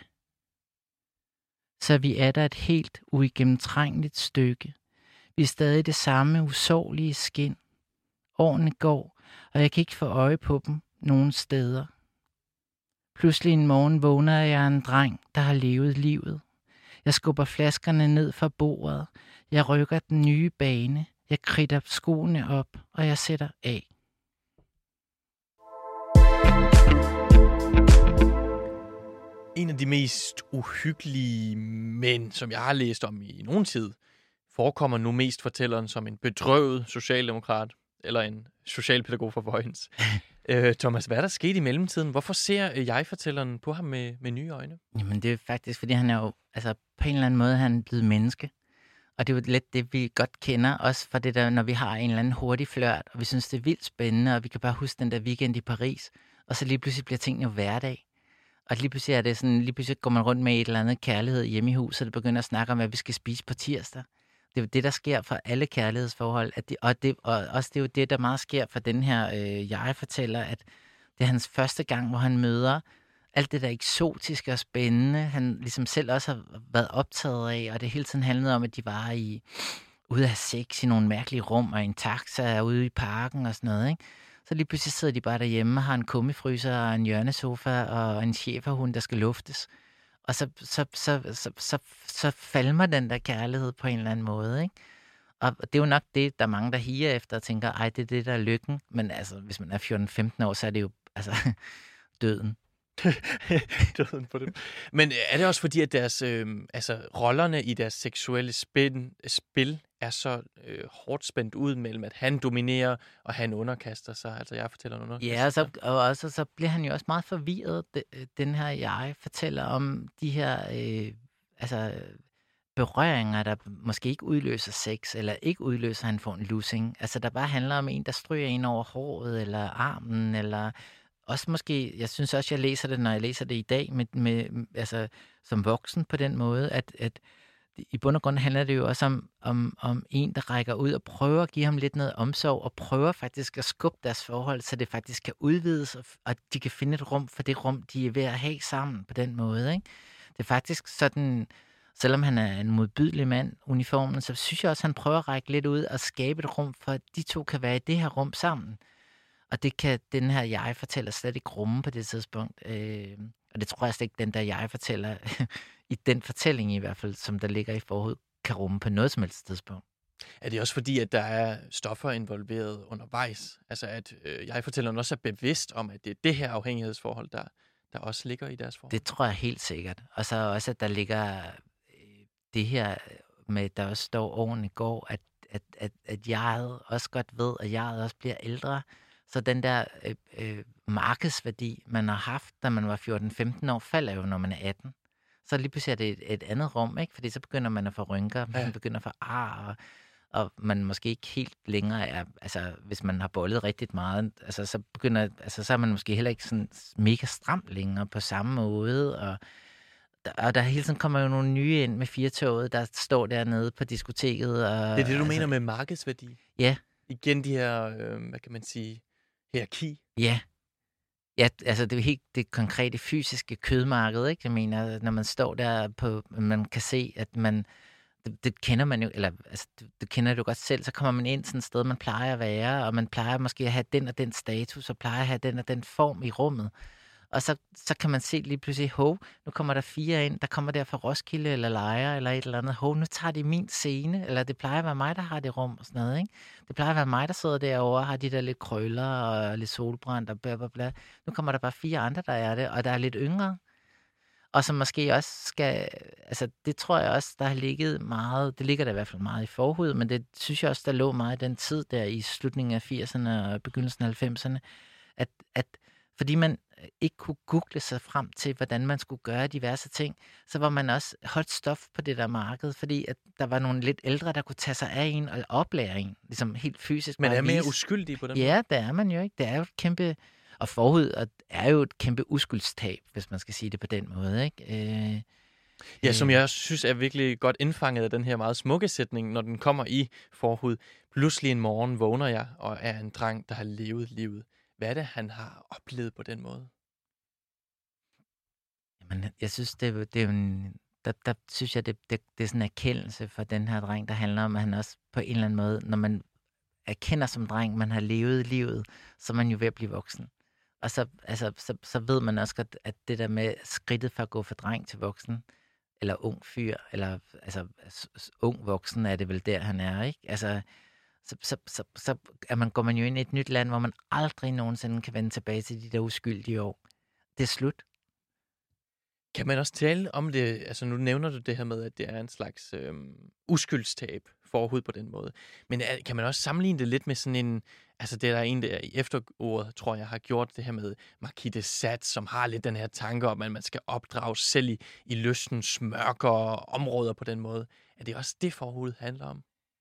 Så vi er der et helt uigennemtrængeligt stykke. Vi er stadig det samme usårlige skin. Årene går, og jeg kan ikke få øje på dem nogen steder. Pludselig en morgen vågner jeg en dreng, der har levet livet. Jeg skubber flaskerne ned fra bordet. Jeg rykker den nye bane. Jeg kridter skoene op, og jeg sætter af. En af de mest uhyggelige mænd, som jeg har læst om i nogen tid, forekommer nu mest fortælleren som en bedrøvet socialdemokrat, eller en socialpædagog fra Vojens. øh, Thomas, hvad er der sket i mellemtiden? Hvorfor ser jeg-fortælleren på ham med, med nye øjne? Jamen, det er faktisk, fordi han er jo, altså på en eller anden måde, han er blevet menneske. Og det er jo lidt det, vi godt kender, også fra det der, når vi har en eller anden hurtig flørt, og vi synes, det er vildt spændende, og vi kan bare huske den der weekend i Paris, og så lige pludselig bliver tingene jo hverdag. Og lige pludselig er det sådan, lige pludselig går man rundt med et eller andet kærlighed hjemme i huset, og det begynder at snakke om, hvad vi skal spise på tirsdag. Det er jo det, der sker for alle kærlighedsforhold, at det, og, det, og også det er jo det, der meget sker for den her øh, jeg-fortæller, at det er hans første gang, hvor han møder alt det der eksotiske og spændende, han ligesom selv også har været optaget af, og det hele tiden handlede om, at de var i, ude af sex i nogle mærkelige rum, og en taxa ude i parken og sådan noget, ikke? Så lige pludselig sidder de bare derhjemme og har en kummifryser og en hjørnesofa og en schæferhund, der skal luftes. Og så, så, så, så, så, så falmer den der kærlighed på en eller anden måde, ikke? Og det er jo nok det, der er mange, der higer efter og tænker, ej, det er det, der er lykken. Men altså, hvis man er fjorten femten år, så er det jo altså døden. Døden på dem. Men er det også fordi, at deres, øh, altså, rollerne i deres seksuelle spil, spil er så øh, hårdt spændt ud mellem, at han dominerer, og han underkaster sig? Altså, jeg fortæller noget. Ja, og, så, og også, så bliver han jo også meget forvirret, den her jeg fortæller om de her øh, altså, berøringer, der måske ikke udløser sex, eller ikke udløser, at han får en lussing. Altså, der bare handler om en, der stryger en over håret, eller armen, eller også måske, jeg synes også, jeg læser det, når jeg læser det i dag, med, med, altså, som voksen på den måde, at, at i bund og grund handler det jo også om, om, om en, der rækker ud og prøver at give ham lidt noget omsorg, og prøver faktisk at skubbe deres forhold, så det faktisk kan udvides, og, og de kan finde et rum for det rum, de er ved at have sammen på den måde. Ikke? Det er faktisk sådan, selvom han er en modbydelig mand, uniformen, så synes jeg også, at han prøver at række lidt ud og skabe et rum, for at de to kan være i det her rum sammen. Og det kan den her jeg fortæller slet ikke rumme på det tidspunkt. Øh, og det tror jeg slet ikke, den der jeg fortæller, i den fortælling i hvert fald, som der ligger i forhud, kan rumme på noget som helst tidspunkt. Er det også fordi, at der er stoffer involveret undervejs? Altså at øh, jeg fortæller også er bevidst om, at det er det her afhængighedsforhold, der, der også ligger i deres forhold? Det tror jeg helt sikkert. Og så også, at der ligger det her med, der også står oven i går, at, at, at, at jeg også godt ved, at jeg også bliver ældre. Så den der øh, øh, markedsværdi, man har haft, da man var fjorten femten år, falder jo, når man er atten. Så lige pludselig er det et, et andet rum, ikke? Fordi så begynder man at få rynker, man ja. begynder at få ar, og, og man måske ikke helt længere er, altså hvis man har bollet rigtig meget, altså så begynder, altså så er man måske heller ikke sådan mega stram længere på samme måde, og der, og der hele tiden kommer jo nogle nye ind med firetoget, der står dernede på diskoteket. Og, det er det, du altså, mener med markedsværdi? Ja. Igen de her, øh, hvad kan man sige, hierarki? Ja. Ja, altså det er helt det konkrete fysiske kødmarked, ikke? Jeg mener, når man står der på, man kan se, at man, det, det kender man jo, eller altså, det, det kender du godt selv, så kommer man ind sådan et sted, man plejer at være, og man plejer måske at have den og den status, og plejer at have den og den form i rummet. Og så, så kan man se lige pludselig, hov, nu kommer der fire ind, der kommer der fra Roskilde eller Lejre eller et eller andet, hov, nu tager de min scene, eller det plejer at være mig, der har det rum og sådan noget, ikke? Det plejer at være mig, der sidder derovre og har de der lidt krøller og lidt solbrændt og bla bla bla. Nu kommer der bare fire andre, der er det, og der er lidt yngre. Og som måske også skal, altså det tror jeg også, der har ligget meget, det ligger der i hvert fald meget i forhud, men det synes jeg også, der lå meget i den tid der i slutningen af firserne og begyndelsen af halvfemserne, at, at fordi man ikke kunne google sig frem til, hvordan man skulle gøre diverse ting, så var man også holdt stof på det der marked, fordi at der var nogle lidt ældre, der kunne tage sig af en og oplære en, ligesom helt fysisk. Men er mere uskyldig på den måde? Ja, det er man jo ikke. Det er jo et kæmpe, og forhud er jo et kæmpe uskyldstab, hvis man skal sige det på den måde, ikke? Øh, ja, som jeg synes er virkelig godt indfanget af den her meget smukke sætning, når den kommer i forhud. Pludselig en morgen vågner jeg og er en dreng, der har levet livet. Hvad er det, han har oplevet på den måde? Jamen, jeg synes, det, det er jo en, der, der synes jeg, det, det, det er sådan en erkendelse for den her dreng, der handler om, at han også på en eller anden måde, når man erkender som dreng, man har levet livet, så er man jo ved at blive voksen. Og så, altså, så, så ved man også godt, at det der med skridtet fra at gå fra dreng til voksen, eller ung fyr, eller altså ung voksen, er det vel der, han er, ikke? Altså, så, så, så, så er man, går man jo ind i et nyt land, hvor man aldrig nogensinde kan vende tilbage til de der uskyldige år. Det er slut. Kan man også tale om det, altså nu nævner du det her med, at det er en slags øhm, uskyldstab forhud på den måde, men er, kan man også sammenligne det lidt med sådan en, altså det er der en, der i efterordet, tror jeg, har gjort det her med Marquis de Sade, som har lidt den her tanke om, at man skal opdrage selv i, i lystens mørkere områder på den måde. Er det også det forhud handler om?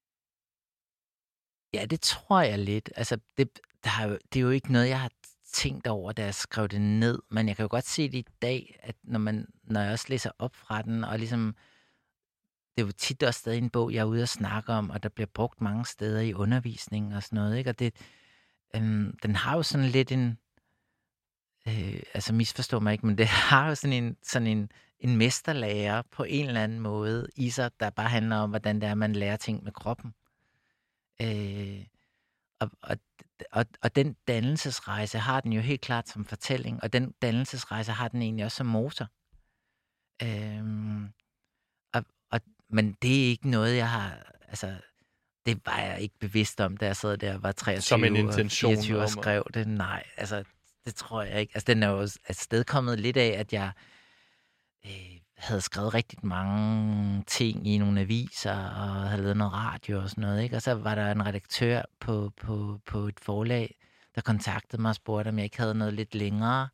Ja, det tror jeg lidt. Altså, det, der har jo, det er jo ikke noget, jeg har tænkt over, da jeg skrev det ned, men jeg kan jo godt se det i dag, at når, man, når jeg også læser op fra den, og ligesom, det er jo tit også stadig en bog, jeg er ude og snakke om, og der bliver brugt mange steder i undervisning og sådan noget, ikke? Og det, øhm, den har jo sådan lidt en, øh, altså misforstår mig ikke, men det har jo sådan en, sådan en, en mesterlærer på en eller anden måde i sig, der bare handler om, hvordan det er, man lærer ting med kroppen. Øh, og, og, og, og den dannelsesrejse har den jo helt klart som fortælling, og den dannelsesrejse har den egentlig også som motor. Øhm, og, og, men det er ikke noget, jeg har, altså, det var jeg ikke bevidst om, da jeg sad der og var treogtyve som en intention og fireogtyve og skrev det. Nej, altså, det tror jeg ikke. Altså, den er jo afstedkommet lidt af, at jeg øh, havde skrevet rigtig mange ting i nogle aviser, og havde lavet noget radio og sådan noget, ikke? Og så var der en redaktør på, på, på et forlag, der kontaktede mig og spurgte, om jeg ikke havde noget lidt længere.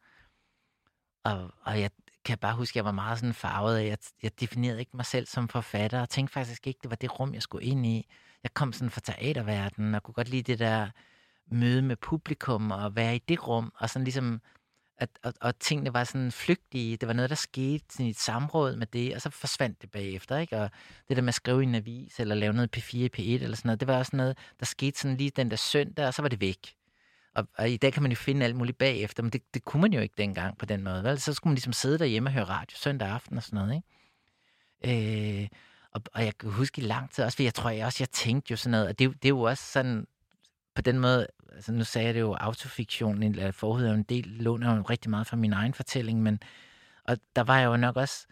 Og, og jeg kan bare huske, at jeg var meget sådan farvet af, at jeg definerede ikke mig selv som forfatter, og tænkte faktisk ikke, det var det rum, jeg skulle ind i. Jeg kom sådan fra teaterverdenen, og kunne godt lide det der møde med publikum, og være i det rum, og sådan ligesom, at, og, og tingene var sådan flygtige. Det var noget, der skete sådan i et samråd med det, og så forsvandt det bagefter, ikke? Og det der med at skrive i en avis, eller lave noget P fire, P et, eller sådan noget, det var også noget, der skete sådan lige den der søndag, og så var det væk. Og, og i dag kan man jo finde alt muligt bagefter, men det, det kunne man jo ikke dengang på den måde, vel? Så skulle man ligesom sidde derhjemme og høre radio søndag aften og sådan noget, ikke? Øh, og, og jeg kan huske i lang tid også, for jeg tror jeg også, jeg tænkte jo sådan noget, og det, det er jo også sådan, på den måde, altså nu sagde jeg det jo, autofiktion, eller forhud er jo en del, låner jo rigtig meget fra min egen fortælling, men og der var jeg jo nok også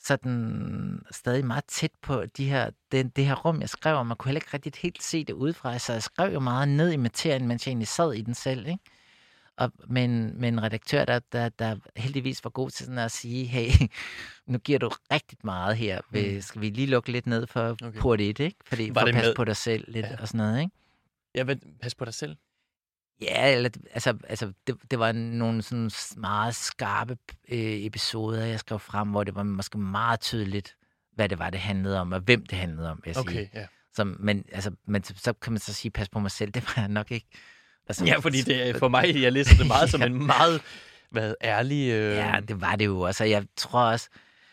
sådan stadig meget tæt på de her, det, det her rum, jeg skrev om. Man kunne heller ikke rigtig helt se det udefra, så jeg skrev jo meget ned i materien, mens jeg egentlig sad i den selv, ikke? Og med en, med en redaktør, der, der, der heldigvis var god til sådan at sige, hey, nu giver du rigtig meget her. Mm. Skal vi lige lukke lidt ned for okay. port et, ikke? Fordi for at passe med? på dig selv lidt ja. og sådan noget, ikke? Ja, men pas på dig selv? Ja, eller, altså, altså det, det var nogle sådan meget skarpe øh, episoder, jeg skrev frem, hvor det var måske meget tydeligt, hvad det var, det handlede om, og hvem det handlede om, vil jeg okay, sige. Ja. Som, men, altså, men så kan man så sige, pas på mig selv, det var jeg nok ikke. Altså, ja, fordi det for mig, jeg læser det meget som ja. en meget hvad, ærlig... Øh... Ja, det var det jo. Altså, jeg tror også,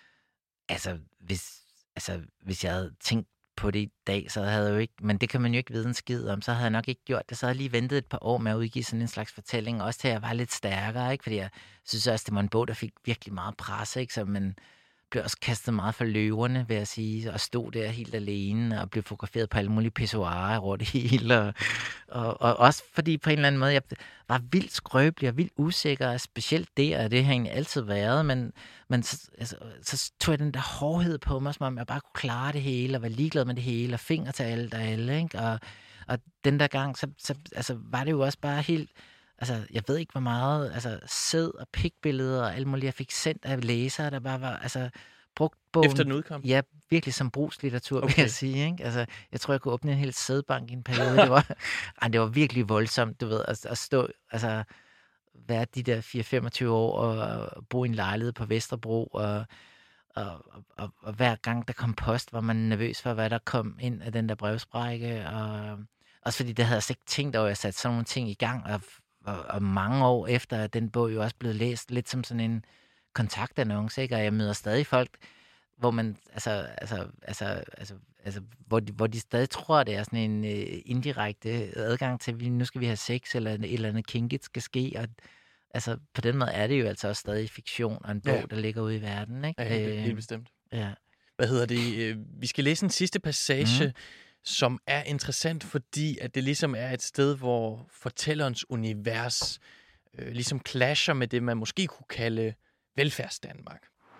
altså hvis, altså, hvis jeg havde tænkt på det i dag, så havde jeg jo ikke, men det kan man jo ikke vide en skid om, så havde jeg nok ikke gjort det. Så havde jeg lige ventet et par år med at udgive sådan en slags fortælling, også til at jeg var lidt stærkere, ikke? Fordi jeg synes også, det var en bog, der fik virkelig meget pres, ikke? Så man blev også kastet meget for løverne, vil jeg sige, og stod der helt alene, og blev fotograferet på alle mulige pissoirer rundt i hele, og, og, og også fordi på en eller anden måde, jeg var vildt skrøbelig og vildt usikker, og specielt det, og det har egentlig altid været, men, men så, altså, så tog jeg den der hårdhed på mig, som om jeg bare kunne klare det hele, og være ligeglad med det hele, og fingre til alt og alle, ikke? Og, og den der gang, så, så altså, var det jo også bare helt, altså, jeg ved ikke, hvor meget, altså, sæd og pikbilleder og alt muligt, jeg fik sendt af læsere, der bare var, altså, brugt bogen. Efter den udkom? Ja, virkelig som brugslitteratur, okay. vil jeg sige, ikke? Altså, jeg tror, jeg kunne åbne en hel sædbank i en periode. Det var, ej, det var virkelig voldsomt, du ved, at, at stå, altså, være de der fire til femogtyve år og, og bo i en lejlighed på Vesterbro, og, og, og, og hver gang der kom post, var man nervøs for, hvad der kom ind af den der brevsprække, og også fordi det havde jeg slet ikke tænkt over, at jeg satte sådan nogle ting i gang, og Og, og mange år efter, at den bog jo også blevet læst lidt som sådan en kontaktannonce, ikke? Og jeg møder stadig folk, hvor man, altså, altså, altså, altså, altså hvor, de, hvor de stadig tror, det er sådan en uh, indirekte adgang til, at nu skal vi have sex, eller et eller andet kinket skal ske, og altså, på den måde er det jo altså også stadig fiktion, og en bog, ja. der ligger ude i verden, ikke? Ja, helt, helt bestemt. Ja. Hvad hedder det? Vi skal læse en sidste passage, mm. som er interessant, fordi at det ligesom er et sted, hvor fortællerens univers øh, ligesom clasher med det, man måske kunne kalde velfærdsdanmark.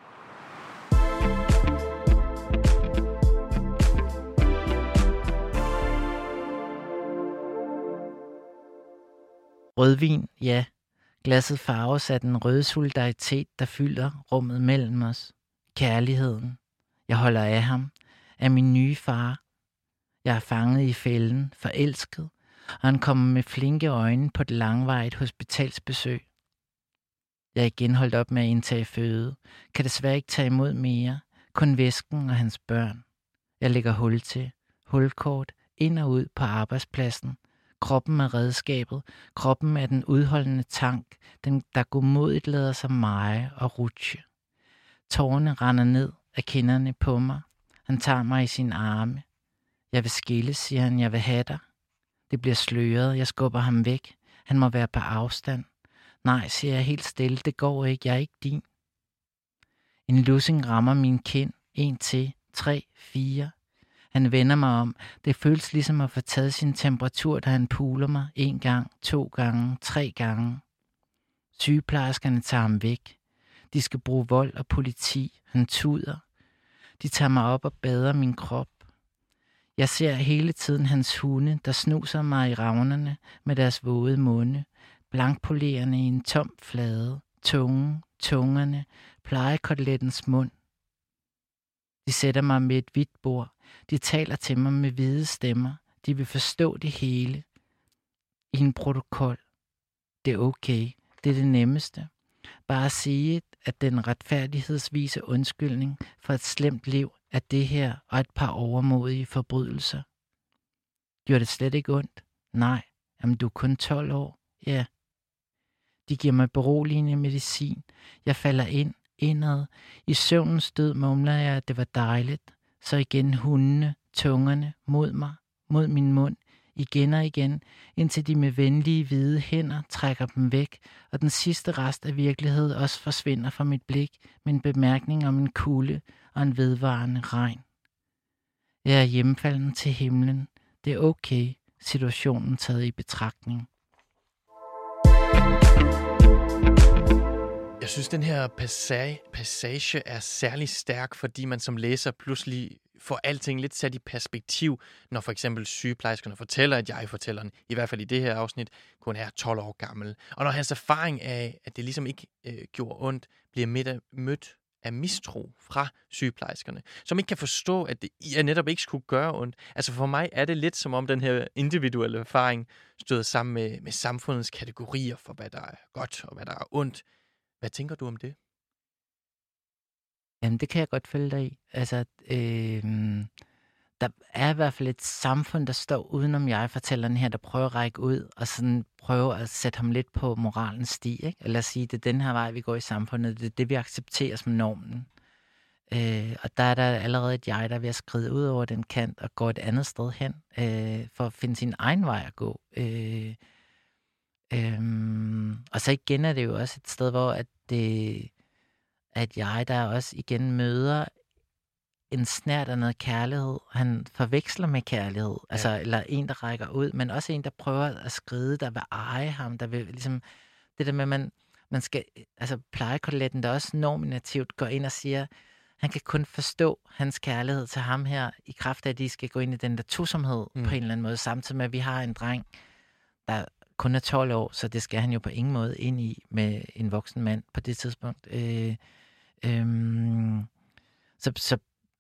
Rødvin, ja. Glasset farves af den røde solidaritet, der fylder rummet mellem os. Kærligheden. Jeg holder af ham. Af min nye far. Jeg er fanget i fælden, forelsket, og han kommer med flinke øjne på et langvarigt hospitalsbesøg. Jeg er igen holdt op med at indtage føde, kan desværre ikke tage imod mere, kun væsken og hans børn. Jeg lægger hul til, hulkort, ind og ud på arbejdspladsen. Kroppen er redskabet, kroppen er den udholdende tank, den der godmodigt lader sig meje og rutsche. Tårerne render ned af kinderne på mig. Han tager mig i sine arme. Jeg vil skilles, siger han, jeg vil have dig. Det bliver sløret, jeg skubber ham væk. Han må være på afstand. Nej, siger jeg helt stille, det går ikke, jeg er ikke din. En lussing rammer min kind. En til, tre, fire. Han vender mig om. Det føles ligesom at få taget sin temperatur, da han puler mig en gang, to gange, tre gange. Sygeplejerskerne tager ham væk. De skal bruge vold og politi. Han tuder. De tager mig op og bader min krop. Jeg ser hele tiden hans hunde, der snuser mig i ravnerne med deres våde munde. blankpolerende i en tom flade, tungen, tungerne, plejekotelettens mund. De sætter mig med et hvidt bord. De taler til mig med hvide stemmer. De vil forstå det hele. I en protokol. Det er okay. Det er det nemmeste. Bare at sige, at den retfærdighedsvise undskyldning for et slemt liv er det her og et par overmodige forbrydelser. Gjorde det slet ikke ondt? Nej. Jamen, du er kun tolv år. Ja. De giver mig beroligende medicin. Jeg falder ind, indad. I søvnens død mumler jeg, at det var dejligt. Så igen hundene, tungerne, mod mig, mod min mund. Igen og igen, indtil de med venlige hvide hænder trækker dem væk, og den sidste rest af virkelighed også forsvinder fra mit blik med en bemærkning om en kulde og en vedvarende regn. Jeg er hjemfalden til himlen. Det er okay, situationen taget i betragtning. Jeg synes, den her passage, passage er særlig stærk, fordi man som læser pludselig får alting lidt sat i perspektiv, når for eksempel sygeplejerskerne fortæller, at jeg-fortælleren, i hvert fald i det her afsnit, kun er tolv år gammel. Og når hans erfaring af, at det ligesom ikke øh, gjorde ondt, bliver mødt, mødt af mistro fra sygeplejerskerne, som ikke kan forstå, at det ja, netop ikke skulle gøre ondt. Altså for mig er det lidt som om den her individuelle erfaring støder sammen med, med samfundets kategorier for, hvad der er godt og hvad der er ondt. Hvad tænker du om det? Jamen, det kan jeg godt følge dig i. Altså, øh, der er i hvert fald et samfund, der står udenom jeg-fortælleren her, der prøver at række ud og sådan prøver at sætte ham lidt på moralens sti, ikke? Eller at sige, det er den her vej, vi går i samfundet. Det er det, vi accepterer som normen. Øh, og der er der allerede et jeg, der er ved at skride ud over den kant og gå et andet sted hen øh, for at finde sin egen vej at gå. Øh, øh, og så igen er det jo også et sted, hvor at det... at jeg der også igen møder en snært af noget kærlighed. Han forveksler med kærlighed. Ja. Altså, eller en, der rækker ud, men også en, der prøver at skride, der vil eje ham, der vil ligesom, det der med, man, man skal, altså plejekoteletten, der også nominativt går ind og siger, han kan kun forstå hans kærlighed til ham her, i kraft af, at de skal gå ind i den der tosomhed mm. på en eller anden måde, samtidig med, at vi har en dreng, der kun er tolv år, så det skal han jo på ingen måde ind i med en voksen mand på det tidspunkt. Øh, Øhm, så, så,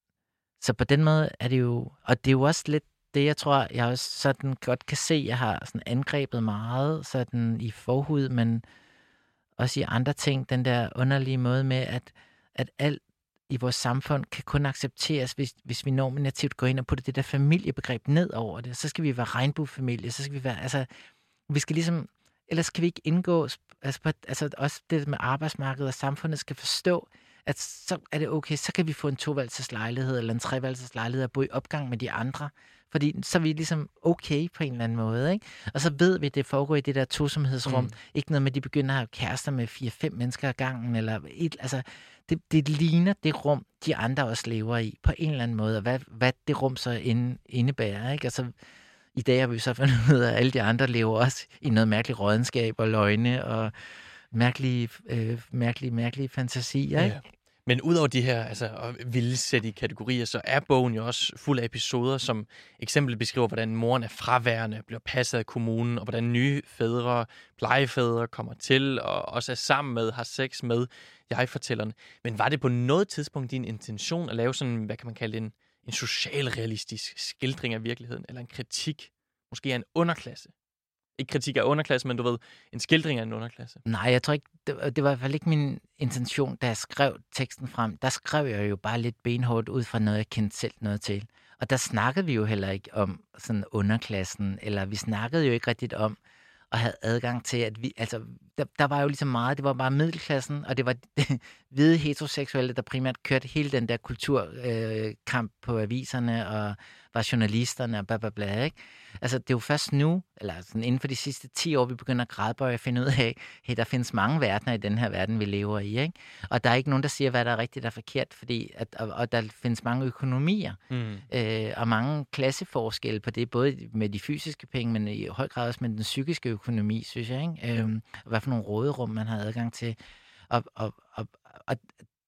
så på den måde er det jo, og det er jo også lidt det, jeg tror, jeg også sådan godt kan se, jeg har sådan angrebet meget sådan i forhud, men også i andre ting, den der underlige måde med, at, at alt i vores samfund kan kun accepteres, hvis, hvis vi nominativt går ind og putter det der familiebegreb ned over det. Så skal vi være regnbuefamilie, så skal vi være, altså, vi skal ligesom, ellers kan vi ikke indgå, altså, på, altså også det med arbejdsmarkedet og samfundet skal forstå, at så er det okay, så kan vi få en toværelseslejlighed eller en treværelseslejlighed og bo i opgang med de andre. Fordi så er vi ligesom okay på en eller anden måde, ikke? Og så ved vi, at det foregår i det der tosomhedsrum. Mm. Ikke noget med, at de begynder at have kærester med fire-fem mennesker ad gangen. Eller et, altså, det, det ligner det rum, de andre også lever i på en eller anden måde. Og hvad, hvad det rum så inde, indebærer, ikke? Altså, i dag har vi så fundet ud af, at alle de andre lever også i noget mærkeligt rådenskab og løgne og mærkelige, øh, mærkelige, mærkelige fantasier, ikke? Ja. Men udover de her altså, vildsætte kategorier, så er bogen jo også fuld af episoder, som eksempel beskriver, hvordan moren er fraværende, bliver passet af kommunen, og hvordan nye fædre, plejefædre kommer til, og også er sammen med, har sex med jeg-fortællerne. Men var det på noget tidspunkt din intention at lave sådan, hvad kan man kalde det, en, en socialrealistisk skildring af virkeligheden, eller en kritik, måske af en underklasse? Ikke kritik af underklasse, men du ved, en skildring af en underklasse. Nej, jeg tror ikke, det, det var i hvert fald ikke min intention, da jeg skrev teksten frem. Der skrev jeg jo bare lidt benhårdt ud fra noget, jeg kendte selv noget til. Og der snakkede vi jo heller ikke om sådan underklassen, eller vi snakkede jo ikke rigtigt om at have adgang til, at vi, altså, der, der var jo ligesom meget, det var bare middelklassen, og det var hvide heteroseksuelle, der primært kørte hele den der kulturkamp øh, på aviserne, og var journalisterne, og bla bla bla, ikke? Altså, det er jo først nu, eller sådan inden for de sidste ti år, vi begynder at gradbøje og finde ud af, hey, der findes mange verdener i den her verden, vi lever i, ikke? Og der er ikke nogen, der siger, hvad der er rigtigt og forkert, fordi at, og, og der findes mange økonomier, mm. øh, og mange klasseforskelle på det, både med de fysiske penge, men i høj grad også med den psykiske økonomi, synes jeg, ikke? Øhm, og hvad for nogle råderum, man har adgang til. Og, og, og, og det,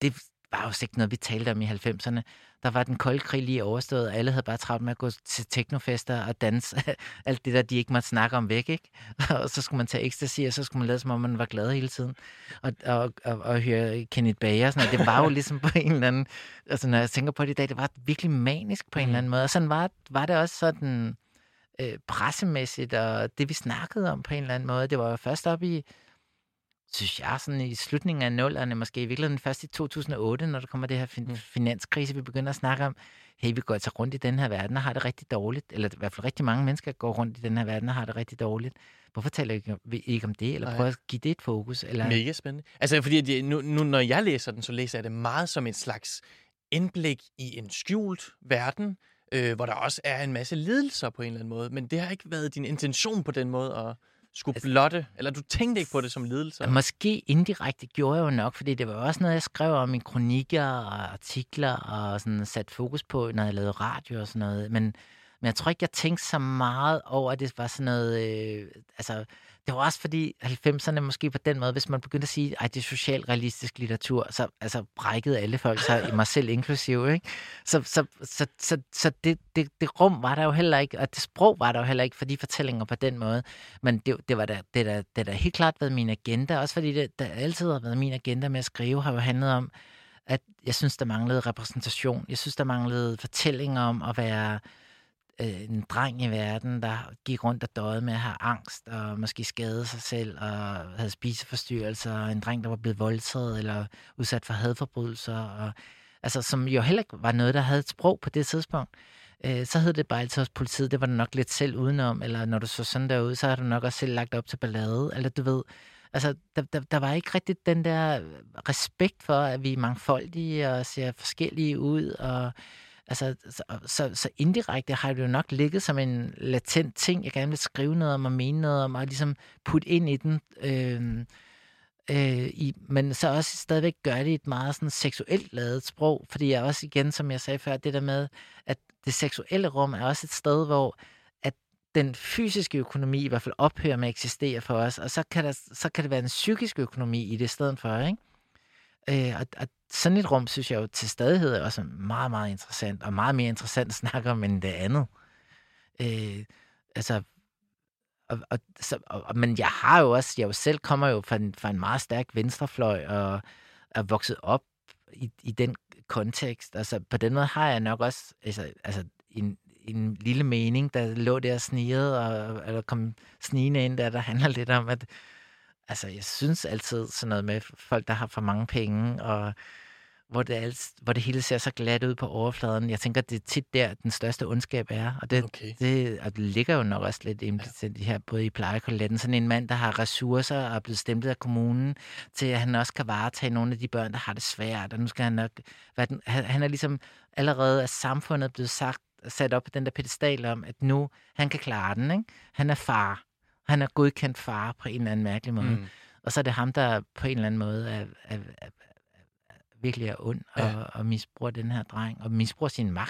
var jo ikke noget, vi talte om i halvfemserne. Der var den kolde krig lige overstået, og alle havde bare travlt med at gå til teknofester og danse alt det der, de ikke måtte snakke om væk, ikke? Og så skulle man tage ecstasy, og så skulle man lade som om, man var glad hele tiden. Og, og, og, og høre Kenneth Bager og sådan noget. Det var jo ligesom på en eller anden... Altså, når jeg tænker på det i dag, det var virkelig manisk på en eller anden måde. Og sådan var, var det også sådan øh, pressemæssigt, og det vi snakkede om på en eller anden måde. Det var jo først op i... synes jeg, sådan i slutningen af nullerne, måske i virkeligheden først i to tusind og otte, når der kommer det her fin- finanskrise, vi begynder at snakke om, hey, vi går altså rundt i den her verden og har det rigtig dårligt, eller i hvert fald rigtig mange mennesker går rundt i den her verden og har det rigtig dårligt. Hvorfor taler vi ikke om det, eller prøver at give det et fokus? Eller... Mega spændende. Altså, fordi det, nu, nu, når jeg læser den, så læser jeg det meget som et slags indblik i en skjult verden, øh, hvor der også er en masse lidelser på en eller anden måde, men det har ikke været din intention på den måde at skulle blotte, eller du tænkte ikke på det som lidelse? Måske indirekte gjorde jeg jo nok, fordi det var også noget, jeg skrev om i kronikker og artikler, og sådan sat fokus på, når jeg lavede radio og sådan noget. Men, men jeg tror ikke, jeg tænkte så meget over, at det var sådan noget... Øh, altså, det var også fordi halvfemserne måske på den måde, hvis man begyndte at sige, at det er socialrealistisk litteratur, så altså, brækkede alle folk sig, mig selv inklusive, ikke? Så, så, så, så, så det, det, det rum var der jo heller ikke, og det sprog var der jo heller ikke for de fortællinger på den måde. Men det, det var da, det der, det der helt klart været min agenda, også fordi det der altid har været min agenda med at skrive, har jo handlet om, at jeg synes, der manglede repræsentation. Jeg synes, der manglede fortællinger om at være en dreng i verden, der gik rundt og døjede med at have angst, og måske skade sig selv, og havde spiseforstyrrelser, og en dreng, der var blevet voldtaget, eller udsat for hadforbrydelser, og, altså, som jo heller ikke var noget, der havde et sprog på det tidspunkt. Øh, så hed det bare altid hos politiet, det var nok lidt selv udenom, eller når du så sådan derude, så har du nok også selv lagt op til ballade, eller du ved, altså, der, der, der var ikke rigtig den der respekt for, at vi er mangfoldige, og ser forskellige ud, og altså, så, så, så indirekte har det jo nok ligget som en latent ting, jeg gerne vil skrive noget om og mene noget om, og ligesom putte ind i den. Øh, øh, i, men så også stadigvæk gøre det i et meget sådan seksuelt ladet sprog, fordi jeg også igen, som jeg sagde før, det der med, at det seksuelle rum er også et sted, hvor at den fysiske økonomi i hvert fald ophører med at eksistere for os, og så kan, der, så kan det være en psykisk økonomi i det i stedet for, ikke? Øh, og, og sådan et rum, synes jeg jo til stadighed er også meget, meget interessant, og meget mere interessant at snakke om end det andet. Øh, altså, og, og, så, og, men jeg har jo også, jeg jo selv kommer jo fra en, fra en meget stærk venstrefløj, og er vokset op i, i den kontekst. Altså, på den måde har jeg nok også altså, altså en, en lille mening, der lå der snigede, og eller kom snigende ind der, der handler lidt om, at altså, jeg synes altid sådan noget med folk, der har for mange penge, og hvor det, alt, hvor det hele ser så glat ud på overfladen. Jeg tænker, det er tit der, den største ondskab er. Og det, okay. det, og det ligger jo nok også lidt implicit her, både i plejekolletten. Sådan en mand, der har ressourcer og er blevet stemplet af kommunen, til at han også kan varetage nogle af de børn, der har det svært. Og nu skal han nok... Den, han er ligesom allerede af samfundet blevet sagt, sat op på den der pedestal om, at nu han kan klare den. Ikke? Han er far. Han er godkendt far på en eller anden mærkelig måde. Mm. Og så er det ham, der på en eller anden måde er, er, er, er virkelig er ond og, ja. og misbruger den her dreng, og misbruger sin magt.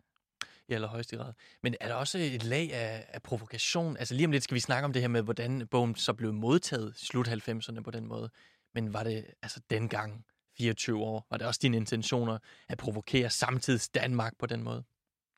I allerhøjeste grad. Men er der også et lag af, af provokation? Altså lige om lidt skal vi snakke om det her med, hvordan bogen så blev modtaget i slut halvfemserne på den måde. Men var det altså dengang, fireogtyve år, var det også dine intentioner at provokere samtids Danmark på den måde?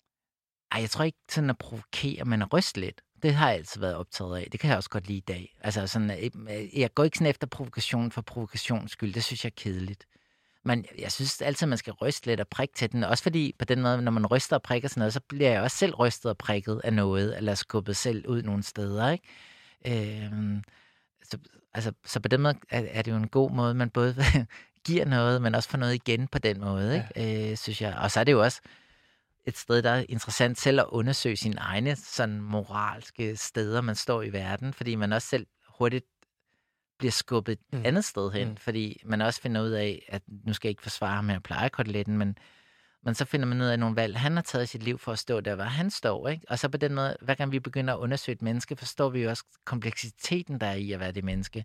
Ej, jeg tror ikke sådan at provokere, men at ryste lidt. Det har jeg altid været optaget af. Det kan jeg også godt lide i dag. Altså sådan, jeg går ikke sådan efter provokation for provokations skyld. Det synes jeg er kedeligt. Men jeg synes altid, man skal ryste lidt og prikke til den. Også fordi på den måde, når man ryster og prikker sådan noget, så bliver jeg også selv rystet og prikket af noget, eller skubbet selv ud nogle steder, ikke? Øhm, så, altså, så på den måde er, er det jo en god måde, man både giver noget, men også får noget igen på den måde, ikke? Ja. Øh, synes jeg. Og så er det jo også et sted, der er interessant selv at undersøge sine egne sådan moralske steder, man står i verden, fordi man også selv hurtigt bliver skubbet et mm. andet sted hen, mm. fordi man også finder ud af, at nu skal jeg ikke forsvare ham med at pleje koteletten, men, men så finder man ud af nogle valg, han har taget i sit liv for at stå der, hvor han står, ikke? Og så på den måde, hver gang vi begynder at undersøge et menneske, forstår vi jo også kompleksiteten, der er i at være det menneske. Ja.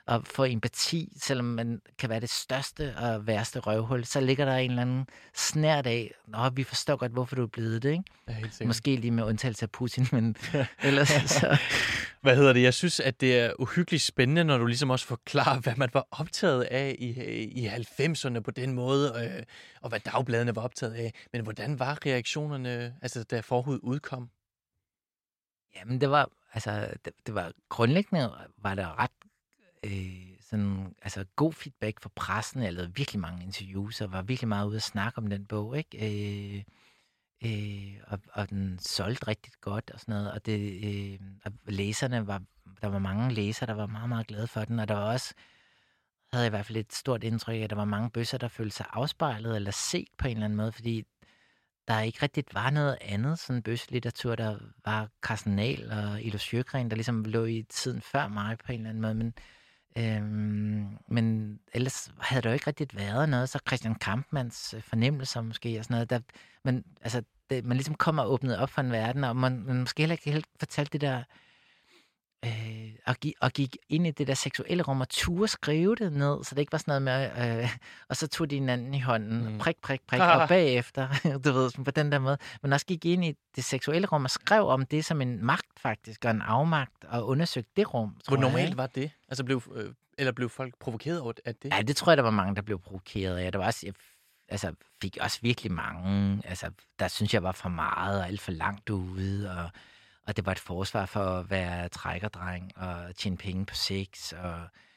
at få empati, selvom man kan være det største og værste røvhul, så ligger der en eller anden snært af, nå, vi forstår godt, hvorfor du er blevet det, ikke? Ja, helt sikkert. Måske lige med undtagelse af Putin, men ellers så... Hvad hedder det? Jeg synes, at det er uhyggeligt spændende, når du ligesom også forklarer, hvad man var optaget af i, i halvfemserne på den måde, øh, og hvad dagbladene var optaget af. Men hvordan var reaktionerne, altså da Forhud udkom? Jamen, det var, altså, det, det var grundlæggende, var der ret øh, sådan, altså god feedback fra pressen. Jeg lavede virkelig mange interviews, og var virkelig meget ude at snakke om den bog, ikke? Øh, øh, og, og den solgte rigtig godt og sådan noget, og det, øh, og læserne var, der var mange læsere, der var meget, meget glade for den, og der var også, havde jeg i hvert fald et stort indtryk af, at der var mange bøsser, der følte sig afspejlet eller set på en eller anden måde, fordi der ikke rigtig var noget andet sådan bøsselitteratur. Der var Carsten Nahl og Ilo Sjøgren, der ligesom lå i tiden før mig på en eller anden måde, men, øhm, men ellers havde der jo ikke rigtig været noget. Så Christian Kampmanns fornemmelser måske og sådan noget. Der, men altså, det, man ligesom kommer og åbnet op for en verden, og man, man måske heller ikke helt fortalte det der, Øh, og, gi- og gik ind i det der seksuelle rum og turde skrive det ned, så det ikke var sådan noget med, øh, og så tog de hinanden i hånden, mm. prik, prik, prik, og bagefter, du ved, sådan på den der måde, men også gik ind i det seksuelle rum og skrev om det som en magt faktisk, og en afmagt, og undersøgte det rum. Hvor normalt var det? Altså blev, øh, eller blev folk provokeret over af det? Ja, det tror jeg, der var mange, der blev provokeret af. Der var også, jeg altså, fik også virkelig mange, altså, der synes jeg var for meget, og alt for langt ude, og Og det var et forsvar for at være trækkerdreng og tjene penge på sex. Og,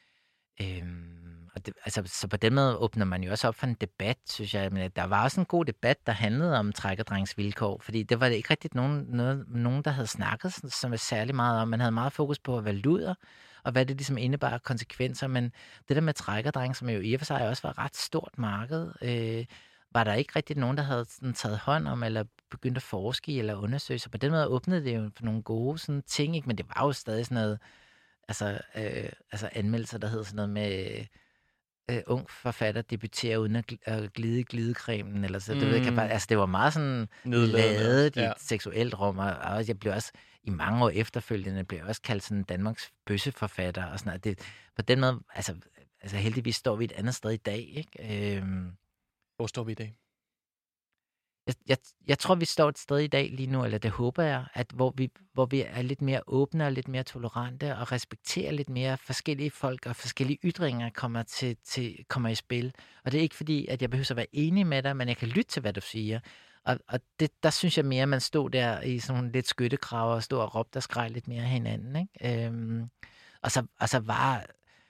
øhm, og det, altså, så på den måde åbner man jo også op for en debat, synes jeg. Men der var også en god debat, der handlede om trækkerdrengs vilkår. Fordi det var ikke rigtigt nogen, noget, nogen, der havde snakket som er særlig meget om. Man havde meget fokus på at være luder, og hvad det ligesom indebar konsekvenser. Men det der med trækkerdreng, som jo i og for sig også var et ret stort marked, øh, var der ikke rigtig nogen, der havde sådan taget hånd om, eller begyndt at forske i, eller undersøge. Så på den måde åbnede det jo for nogle gode sådan, ting, ikke? Men det var jo stadig sådan noget, altså, øh, altså anmeldelser, der hed sådan noget med øh, ung forfatter debuterer uden at, gl- at glide i glidecremen, eller så. Mm. Det, ved jeg, bare, altså, det var meget sådan ladet i ja. et seksuelt rum, og, og jeg blev også, i mange år efterfølgende, blev jeg også kaldt sådan Danmarks bøsseforfatter, og sådan noget. Det, på den måde, altså, altså heldigvis står vi et andet sted i dag, ikke? Øhm, Hvor står vi i dag? Jeg, jeg, jeg tror, vi står et sted i dag lige nu, eller det håber jeg, at hvor vi, hvor vi er lidt mere åbne og lidt mere tolerante og respekterer lidt mere forskellige folk og forskellige ytringer kommer, til, til, kommer i spil. Og det er ikke fordi, at jeg behøver at være enig med dig, men jeg kan lytte til, hvad du siger. Og, og det, der synes jeg mere, at man stod der i sådan nogle lidt skyttekraver og stod og råbte og skreg lidt mere hinanden. Ikke? Øhm, og, så, og så var...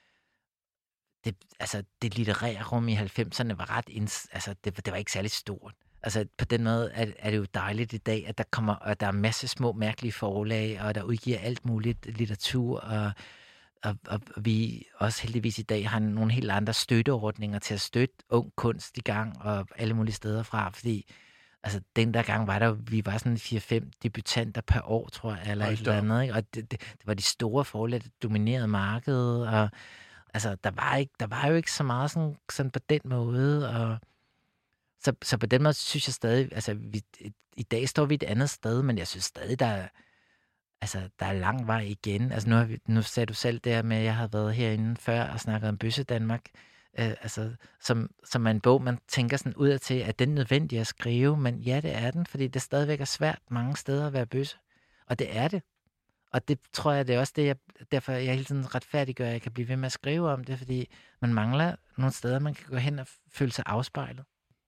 Det, altså, det litterære rum i halvfemserne var ret... Ins, altså, det, det var ikke særlig stort. Altså, på den måde er, er det jo dejligt i dag, at der kommer, at der er masse små, mærkelige forlag, og der udgiver alt muligt litteratur, og, og, og vi også heldigvis i dag har nogle helt andre støtteordninger til at støtte ung kunst i gang, og alle mulige steder fra, fordi altså, den der gang var der, vi var sådan fire fem debutanter per år, tror jeg, eller et eller andet, ikke? Og det, det, det var de store forlag, der dominerede markedet, og altså, der var, ikke, der var jo ikke så meget sådan, sådan på den måde, og Så, så på den måde synes jeg stadig, altså vi, i dag står vi et andet sted, men jeg synes stadig, der er, altså, der er lang vej igen. Altså nu, har vi, nu sagde du selv der med, at jeg har været herinde før og snakket om Bøsse Danmark, øh, altså, som, som er en bog, man tænker sådan udad til, at den er nødvendig at skrive, men ja, det er den, fordi det stadigvæk er svært mange steder at være bøsse, og det er det. Og det tror jeg, det er også det, jeg, derfor jeg hele tiden retfærdiggør, at jeg kan blive ved med at skrive om det, fordi man mangler nogle steder, man kan gå hen og føle sig afspejlet.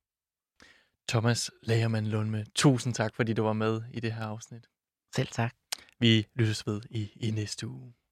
Thomas Lagermand Lundme, tusind tak, fordi du var med i det her afsnit. Selv tak. Vi lyttes ved i, i næste uge.